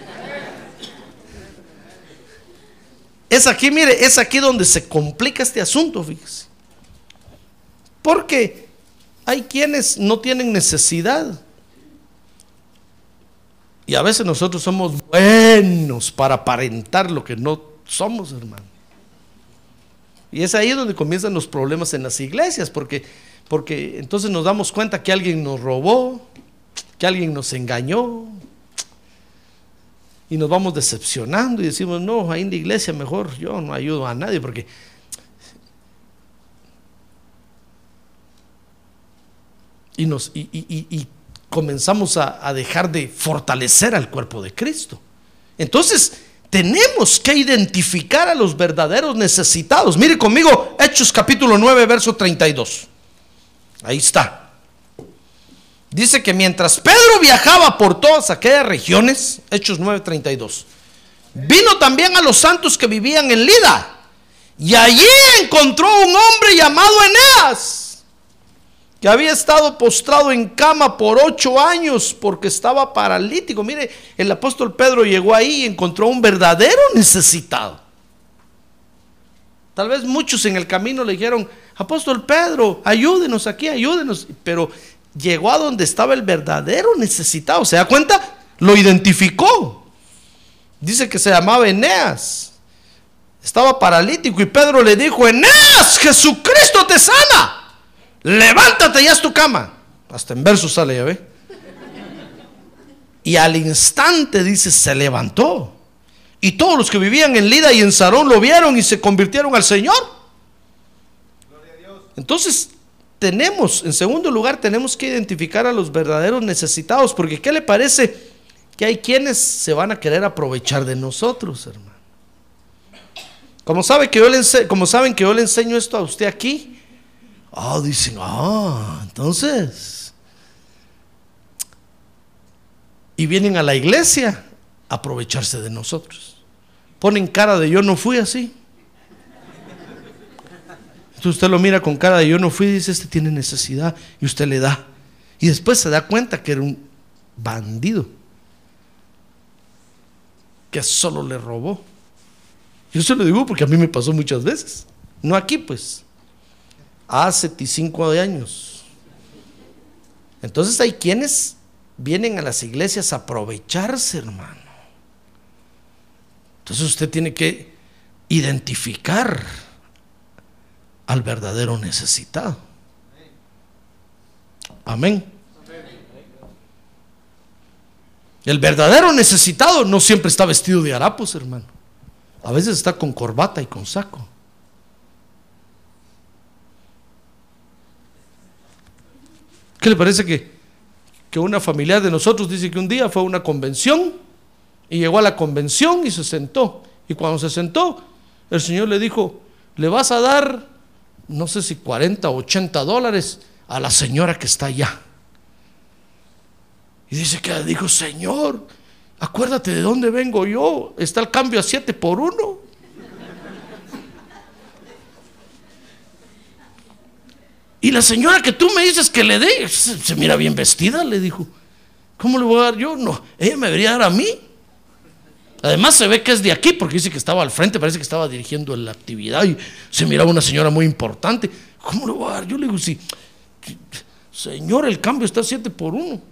Es aquí, mire, es aquí donde se complica este asunto, fíjese. Porque hay quienes no tienen necesidad. Y a veces nosotros somos buenos para aparentar lo que no somos, hermano. Y es ahí donde comienzan los problemas en las iglesias, porque entonces nos damos cuenta que alguien nos robó, que alguien nos engañó, y nos vamos decepcionando y decimos, no, ahí en la iglesia mejor yo no ayudo a nadie, porque y comenzamos a dejar de fortalecer al cuerpo de Cristo. Entonces tenemos que identificar a los verdaderos necesitados. Mire conmigo Hechos capítulo 9 verso 32. Ahí está. Dice que mientras Pedro viajaba por todas aquellas regiones, Hechos 9:32, vino también a los santos que vivían en Lida, Y allí encontró un hombre llamado Eneas, que había estado postrado en cama por 8 años porque estaba paralítico. Mire, el apóstol Pedro llegó ahí y encontró un verdadero necesitado. Tal vez muchos en el camino le dijeron: apóstol Pedro, ayúdenos aquí, ayúdenos. Pero llegó a donde estaba el verdadero necesitado. ¿Se da cuenta? Lo identificó. Dice que se llamaba Eneas. Estaba paralítico y Pedro le dijo: Eneas, Jesucristo te sana. Levántate y haz tu cama. Hasta en verso sale, ya ve. Y al instante, dice, se levantó. Y todos los que vivían en Lida y en Sarón lo vieron y se convirtieron al Señor. Gloria a Dios. Entonces, en segundo lugar, tenemos que identificar a los verdaderos necesitados. Porque ¿qué le parece? Que hay quienes se van a querer aprovechar de nosotros, hermano. Como saben que yo le enseño esto a usted aquí, dicen: entonces, y vienen a la iglesia a aprovecharse de nosotros. Ponen cara de yo no fui así. Entonces usted lo mira con cara de yo no fui y dice: este tiene necesidad, y usted le da. Y después se da cuenta que era un bandido, que solo le robó. Yo se lo digo porque a mí me pasó muchas veces. No aquí, pues, hace 5 años. Entonces hay quienes vienen a las iglesias a aprovecharse, hermano. Entonces usted tiene que identificar al verdadero necesitado. Amén. El verdadero necesitado no siempre está vestido de harapos, hermano. A veces está con corbata y con saco. ¿Qué le parece que una familiar de nosotros dice que un día fue a una convención y llegó a la convención y se sentó? Y cuando se sentó, el Señor le dijo: le vas a dar, no sé si 40 o 80 dólares a la señora que está allá. Y dice que dijo: Señor, acuérdate de dónde vengo yo, está el cambio a 7 por 1. Y la señora que tú me dices que le dé, se mira bien vestida, le dijo. ¿Cómo le voy a dar yo? No, ella me debería dar a mí. Además se ve que es de aquí, porque dice que estaba al frente, parece que estaba dirigiendo la actividad y se miraba una señora muy importante. ¿Cómo le voy a dar? Yo le digo: sí, señor, el cambio está 7 por 1.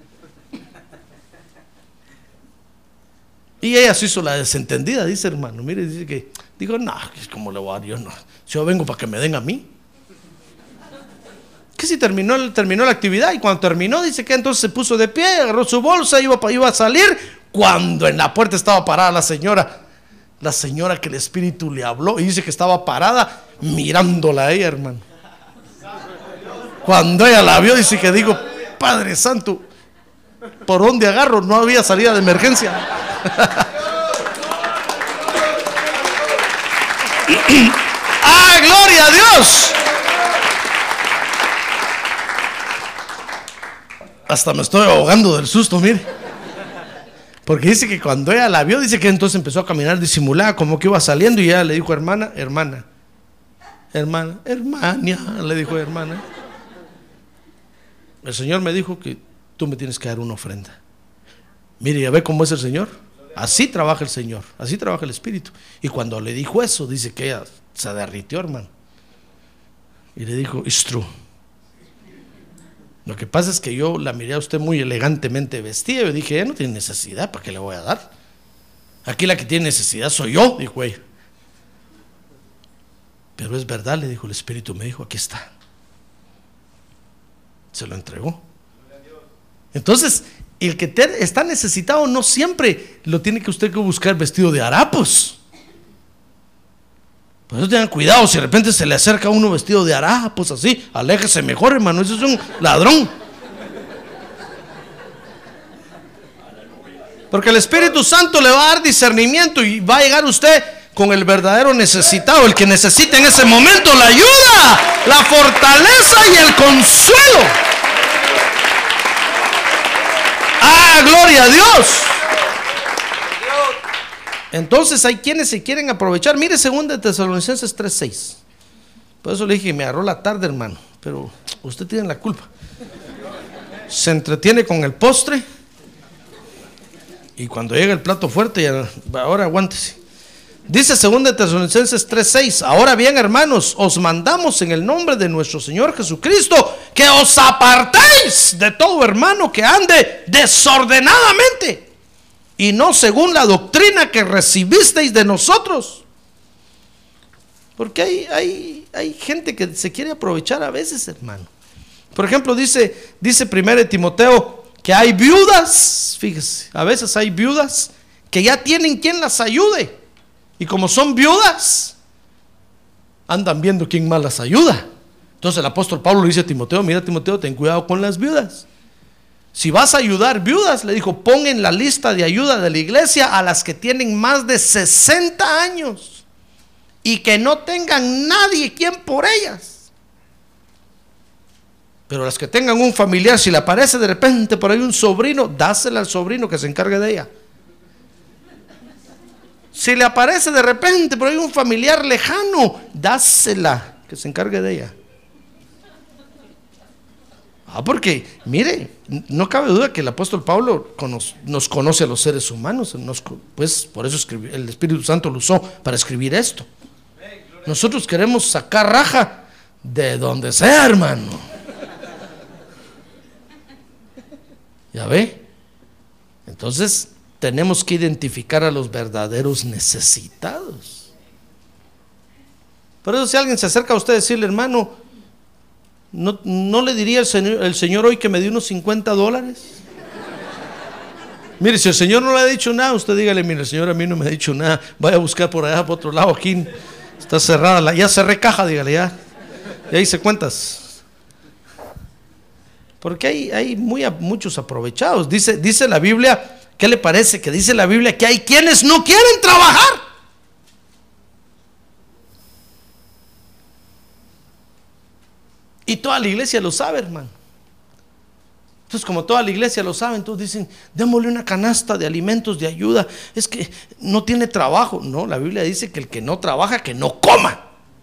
Y ella se hizo la desentendida, dice, hermano. Mire, dice que, digo: no, ¿cómo le voy a dar yo? No, si yo vengo para que me den a mí. Que si terminó la actividad, y cuando terminó, dice que entonces se puso de pie, agarró su bolsa, iba a salir, cuando en la puerta estaba parada la señora que el Espíritu le habló, y dice que estaba parada mirándola a ella, hermano. Cuando ella la vio, dice que digo: Padre Santo, ¿por dónde agarro? No había salida de emergencia. ¡Ah, gloria a Dios! Hasta me estoy ahogando del susto, mire. Porque dice que cuando ella la vio, dice que entonces empezó a caminar disimulada, como que iba saliendo, y ella le dijo: hermana, le dijo: hermana, el Señor me dijo que tú me tienes que dar una ofrenda. Mire, ya ve cómo es el Señor. Así trabaja el Señor, así trabaja el Espíritu. Y cuando le dijo eso, dice que ella se derritió, hermano. Y le dijo: it's true. Lo que pasa es que yo la miré a usted muy elegantemente vestida y yo dije: ella no tiene necesidad, ¿para qué le voy a dar? Aquí la que tiene necesidad soy yo, dijo ella. Pero es verdad, le dijo el Espíritu, me dijo: aquí está. Se lo entregó. Entonces, el que está necesitado no siempre lo tiene que usted que buscar vestido de harapos. Por eso tengan cuidado, si de repente se le acerca a uno vestido de harapos así, aléjese mejor, hermano, ese es un ladrón. Porque el Espíritu Santo le va a dar discernimiento y va a llegar usted con el verdadero necesitado, el que necesita en ese momento la ayuda, la fortaleza y el consuelo. ¡Ah, gloria a Dios! Entonces hay quienes se quieren aprovechar. Mire 2 Tesalonicenses 3:6. Por eso le dije, me agarró la tarde, hermano, pero usted tiene la culpa. Se entretiene con el postre y cuando llega el plato fuerte, ya, ahora aguántese. Dice 2 Tesalonicenses 3:6: ahora bien, hermanos, os mandamos en el nombre de nuestro Señor Jesucristo que os apartéis de todo hermano que ande desordenadamente y no según la doctrina que recibisteis de nosotros. Porque hay gente que se quiere aprovechar a veces, hermano. Por ejemplo, dice 1 Timoteo que hay viudas, fíjese, a veces hay viudas que ya tienen quien las ayude. Y como son viudas, andan viendo quién más las ayuda. Entonces el apóstol Pablo le dice a Timoteo: mira, Timoteo, ten cuidado con las viudas. Si vas a ayudar viudas, le dijo, pon en la lista de ayuda de la iglesia a las que tienen más de 60 años y que no tengan nadie quien por ellas. Pero las que tengan un familiar, si le aparece de repente por ahí un sobrino, dásela al sobrino que se encargue de ella. Si le aparece de repente por ahí un familiar lejano, dásela que se encargue de ella. Porque, mire, no cabe duda que el apóstol Pablo nos conoce a los seres humanos, pues por eso el Espíritu Santo lo usó para escribir esto. Nosotros queremos sacar raja de donde sea, hermano. ¿Ya ve? Entonces tenemos que identificar a los verdaderos necesitados. Por eso, si alguien se acerca a usted y decirle, hermano, ¿no le diría el Señor hoy que me dio unos $50? Mire, si el Señor no le ha dicho nada, usted dígale: mire, el Señor a mí no me ha dicho nada, vaya a buscar por allá, por otro lado, aquí está cerrada, ya cerré caja, dígale, ya hice cuentas. Porque hay muchos aprovechados. Dice la Biblia, ¿qué le parece? Que dice la Biblia que hay quienes no quieren trabajar. Y toda la iglesia lo sabe, hermano. Entonces, como toda la iglesia lo sabe, entonces dicen: démosle una canasta de alimentos, de ayuda. Es que no tiene trabajo. No, la Biblia dice que el que no trabaja, que no coma.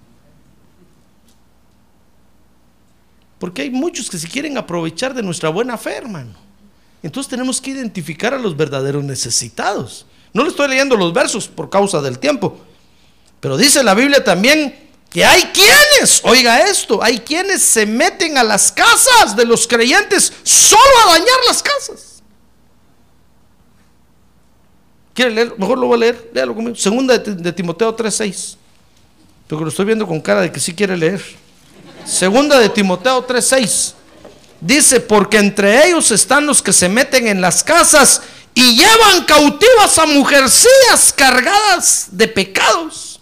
Porque hay muchos que se quieren aprovechar de nuestra buena fe, hermano. Entonces tenemos que identificar a los verdaderos necesitados. No le estoy leyendo los versos por causa del tiempo, pero dice la Biblia también que hay quienes, oiga esto, hay quienes se meten a las casas de los creyentes solo a dañar las casas. ¿Quiere leer? Mejor lo voy a leer, léalo conmigo. 2 de Timoteo 3:6, porque lo estoy viendo con cara de que sí quiere leer. 2 de Timoteo 3:6 dice: porque entre ellos están los que se meten en las casas y llevan cautivas a mujercillas cargadas de pecados,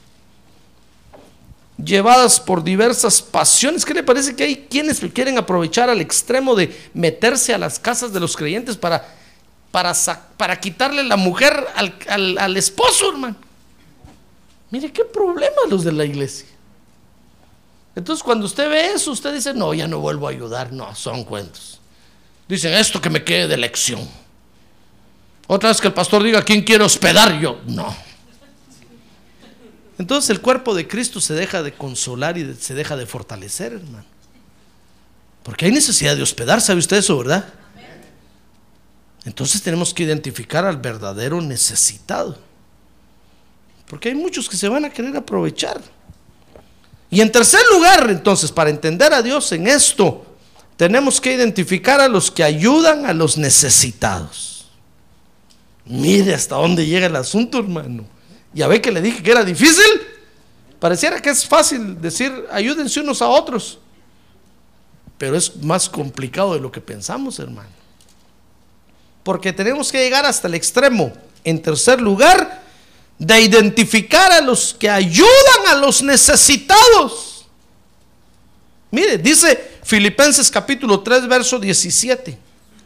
llevadas por diversas pasiones. ¿Qué le parece? Que hay quienes quieren aprovechar al extremo de meterse a las casas de los creyentes para quitarle la mujer al esposo, hermano. Mire qué problemas los de la iglesia. Entonces, cuando usted ve eso, usted dice: no, ya no vuelvo a ayudar. No, son cuentos. Dicen: esto que me quede de lección. Otra vez que el pastor diga: ¿quién quiere hospedar? Yo, no. Entonces el cuerpo de Cristo se deja de consolar y se deja de fortalecer, hermano. Porque hay necesidad de hospedar, ¿sabe usted eso, verdad? Entonces tenemos que identificar al verdadero necesitado. Porque hay muchos que se van a querer aprovechar. Y en tercer lugar, entonces, para entender a Dios en esto, tenemos que identificar a los que ayudan a los necesitados. Mire hasta dónde llega el asunto, hermano. Ya ve que le dije que era difícil. Pareciera que es fácil decir: ayúdense unos a otros, pero es más complicado de lo que pensamos, hermano. Porque tenemos que llegar hasta el extremo, en tercer lugar, de identificar a los que ayudan a los necesitados. Mire, dice Filipenses capítulo 3 verso 17.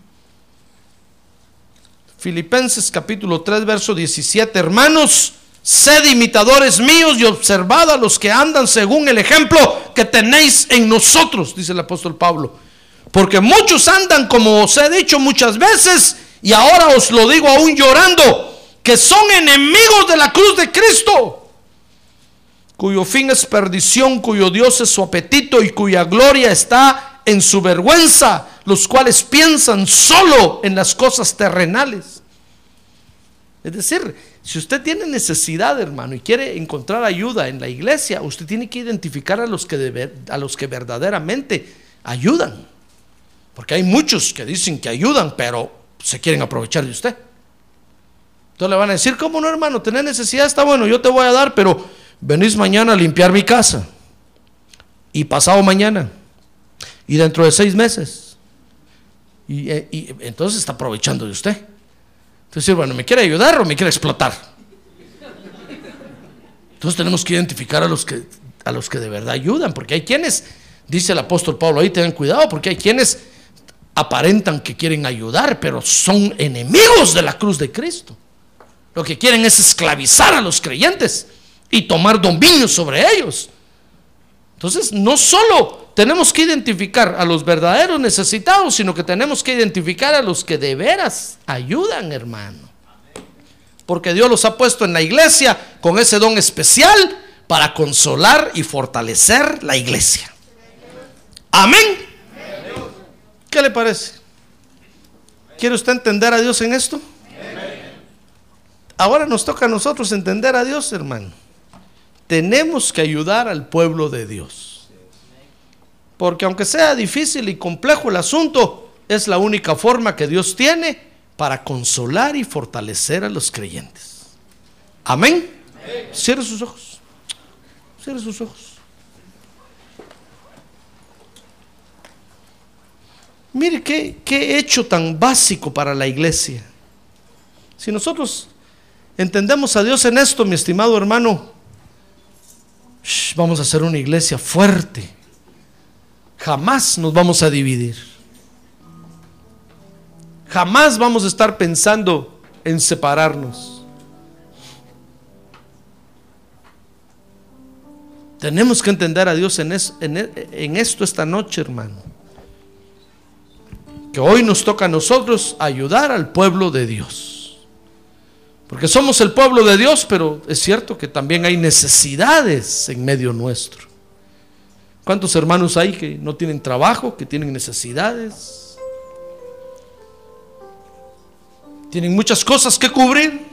Filipenses capítulo 3 verso 17: hermanos, sed imitadores míos y observad a los que andan según el ejemplo que tenéis en nosotros, dice el apóstol Pablo. Porque muchos andan como os he dicho muchas veces, y ahora os lo digo aún llorando, que son enemigos de la cruz de Cristo, cuyo fin es perdición, cuyo Dios es su apetito y cuya gloria está en su vergüenza, los cuales piensan solo en las cosas terrenales. Es decir, si usted tiene necesidad, hermano, y quiere encontrar ayuda en la iglesia, usted tiene que identificar a los que verdaderamente ayudan. Porque hay muchos que dicen que ayudan, pero se quieren aprovechar de usted. Entonces le van a decir: ¿cómo no, hermano? ¿Tenés necesidad? Está bueno, yo te voy a dar, pero venís mañana a limpiar mi casa, y pasado mañana, y dentro de 6 meses. Y entonces está aprovechando de usted. Entonces, bueno, ¿me quiere ayudar o me quiere explotar? Entonces tenemos que identificar a los que de verdad ayudan, porque hay quienes, dice el apóstol Pablo ahí, tengan cuidado, porque hay quienes aparentan que quieren ayudar, pero son enemigos de la cruz de Cristo. Lo que quieren es esclavizar a los creyentes y tomar dominio sobre ellos. Entonces, no solo tenemos que identificar a los verdaderos necesitados, sino que tenemos que identificar a los que de veras ayudan, hermano. Porque Dios los ha puesto en la iglesia con ese don especial para consolar y fortalecer la iglesia. Amén. ¿Qué le parece? ¿Quiere usted entender a Dios en esto? Ahora nos toca a nosotros entender a Dios, hermano. Tenemos que ayudar al pueblo de Dios, porque aunque sea difícil y complejo el asunto, es la única forma que Dios tiene para consolar y fortalecer a los creyentes. Amén. Cierre sus ojos. Cierre sus ojos. Mire qué hecho tan básico para la iglesia. Si nosotros entendemos a Dios en esto, mi estimado hermano, vamos a hacer una iglesia fuerte. Jamás nos vamos a dividir. Jamás vamos a estar pensando en separarnos. Tenemos que entender a Dios en esto esta noche, hermano. Que hoy nos toca a nosotros ayudar al pueblo de Dios. Porque somos el pueblo de Dios, pero es cierto que también hay necesidades en medio nuestro. ¿Cuántos hermanos hay que no tienen trabajo, que tienen necesidades? Tienen muchas cosas que cubrir.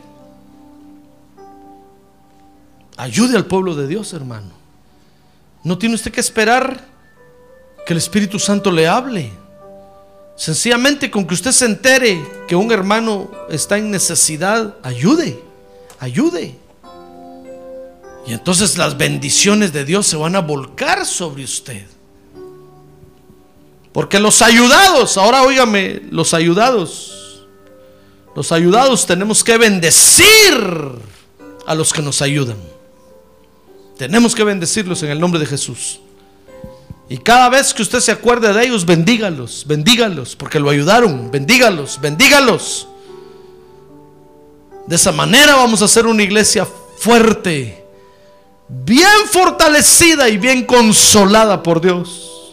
Ayude al pueblo de Dios, hermano. No tiene usted que esperar que el Espíritu Santo le hable. Sencillamente con que usted se entere que un hermano está en necesidad, ayude. Y entonces las bendiciones de Dios se van a volcar sobre usted. Porque los ayudados, ahora óigame, los ayudados tenemos que bendecir a los que nos ayudan. Tenemos que bendecirlos en el nombre de Jesús. Y cada vez que usted se acuerde de ellos, bendígalos, porque lo ayudaron. Bendígalos. De esa manera vamos a hacer una iglesia fuerte, bien fortalecida y bien consolada por Dios.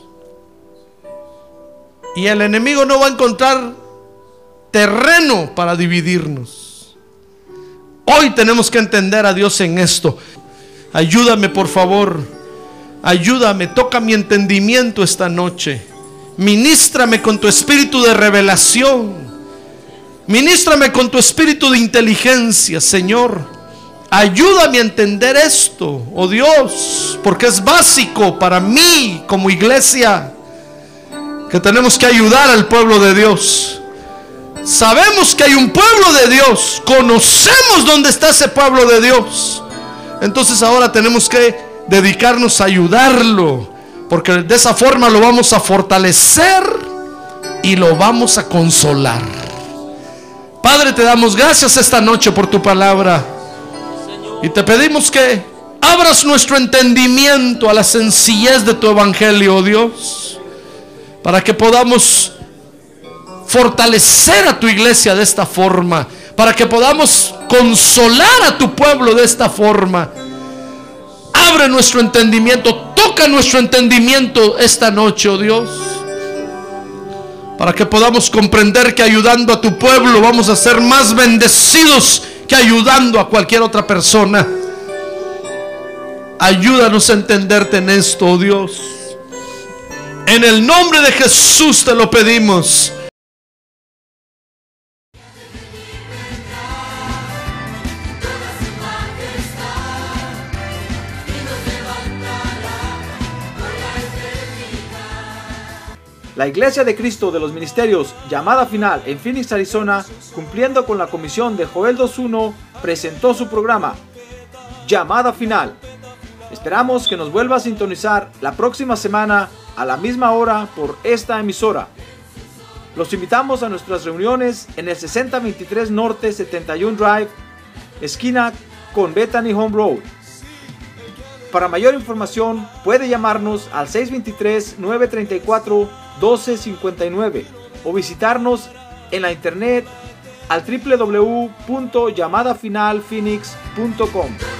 Y el enemigo no va a encontrar terreno para dividirnos. Hoy tenemos que entender a Dios en esto. Ayúdame, por favor. Ayúdame, toca mi entendimiento esta noche. Ministrame con tu espíritu de revelación. Ministrame con tu espíritu de inteligencia, Señor. Ayúdame a entender esto, oh Dios, porque es básico para mí como iglesia, que tenemos que ayudar al pueblo de Dios. Sabemos que hay un pueblo de Dios, conocemos dónde está ese pueblo de Dios. Entonces ahora tenemos que dedicarnos a ayudarlo, porque de esa forma lo vamos a fortalecer y lo vamos a consolar. Padre, te damos gracias esta noche por tu palabra, y te pedimos que abras nuestro entendimiento a la sencillez de tu evangelio, oh Dios, para que podamos fortalecer a tu iglesia de esta forma, para que podamos consolar a tu pueblo de esta forma. Abre nuestro entendimiento, toca nuestro entendimiento esta noche, oh Dios, para que podamos comprender que ayudando a tu pueblo vamos a ser más bendecidos que ayudando a cualquier otra persona. Ayúdanos a entenderte en esto, oh Dios. En el nombre de Jesús te lo pedimos. La Iglesia de Cristo de los Ministerios Llamada Final en Phoenix, Arizona, cumpliendo con la comisión de Joel 2:1, presentó su programa Llamada Final. Esperamos que nos vuelva a sintonizar la próxima semana a la misma hora por esta emisora. Los invitamos a nuestras reuniones en el 6023 Norte 71 Drive, esquina con Bethany Home Road. Para mayor información puede llamarnos al 623-934-1259 o visitarnos en la internet al www.llamadafinalphoenix.com.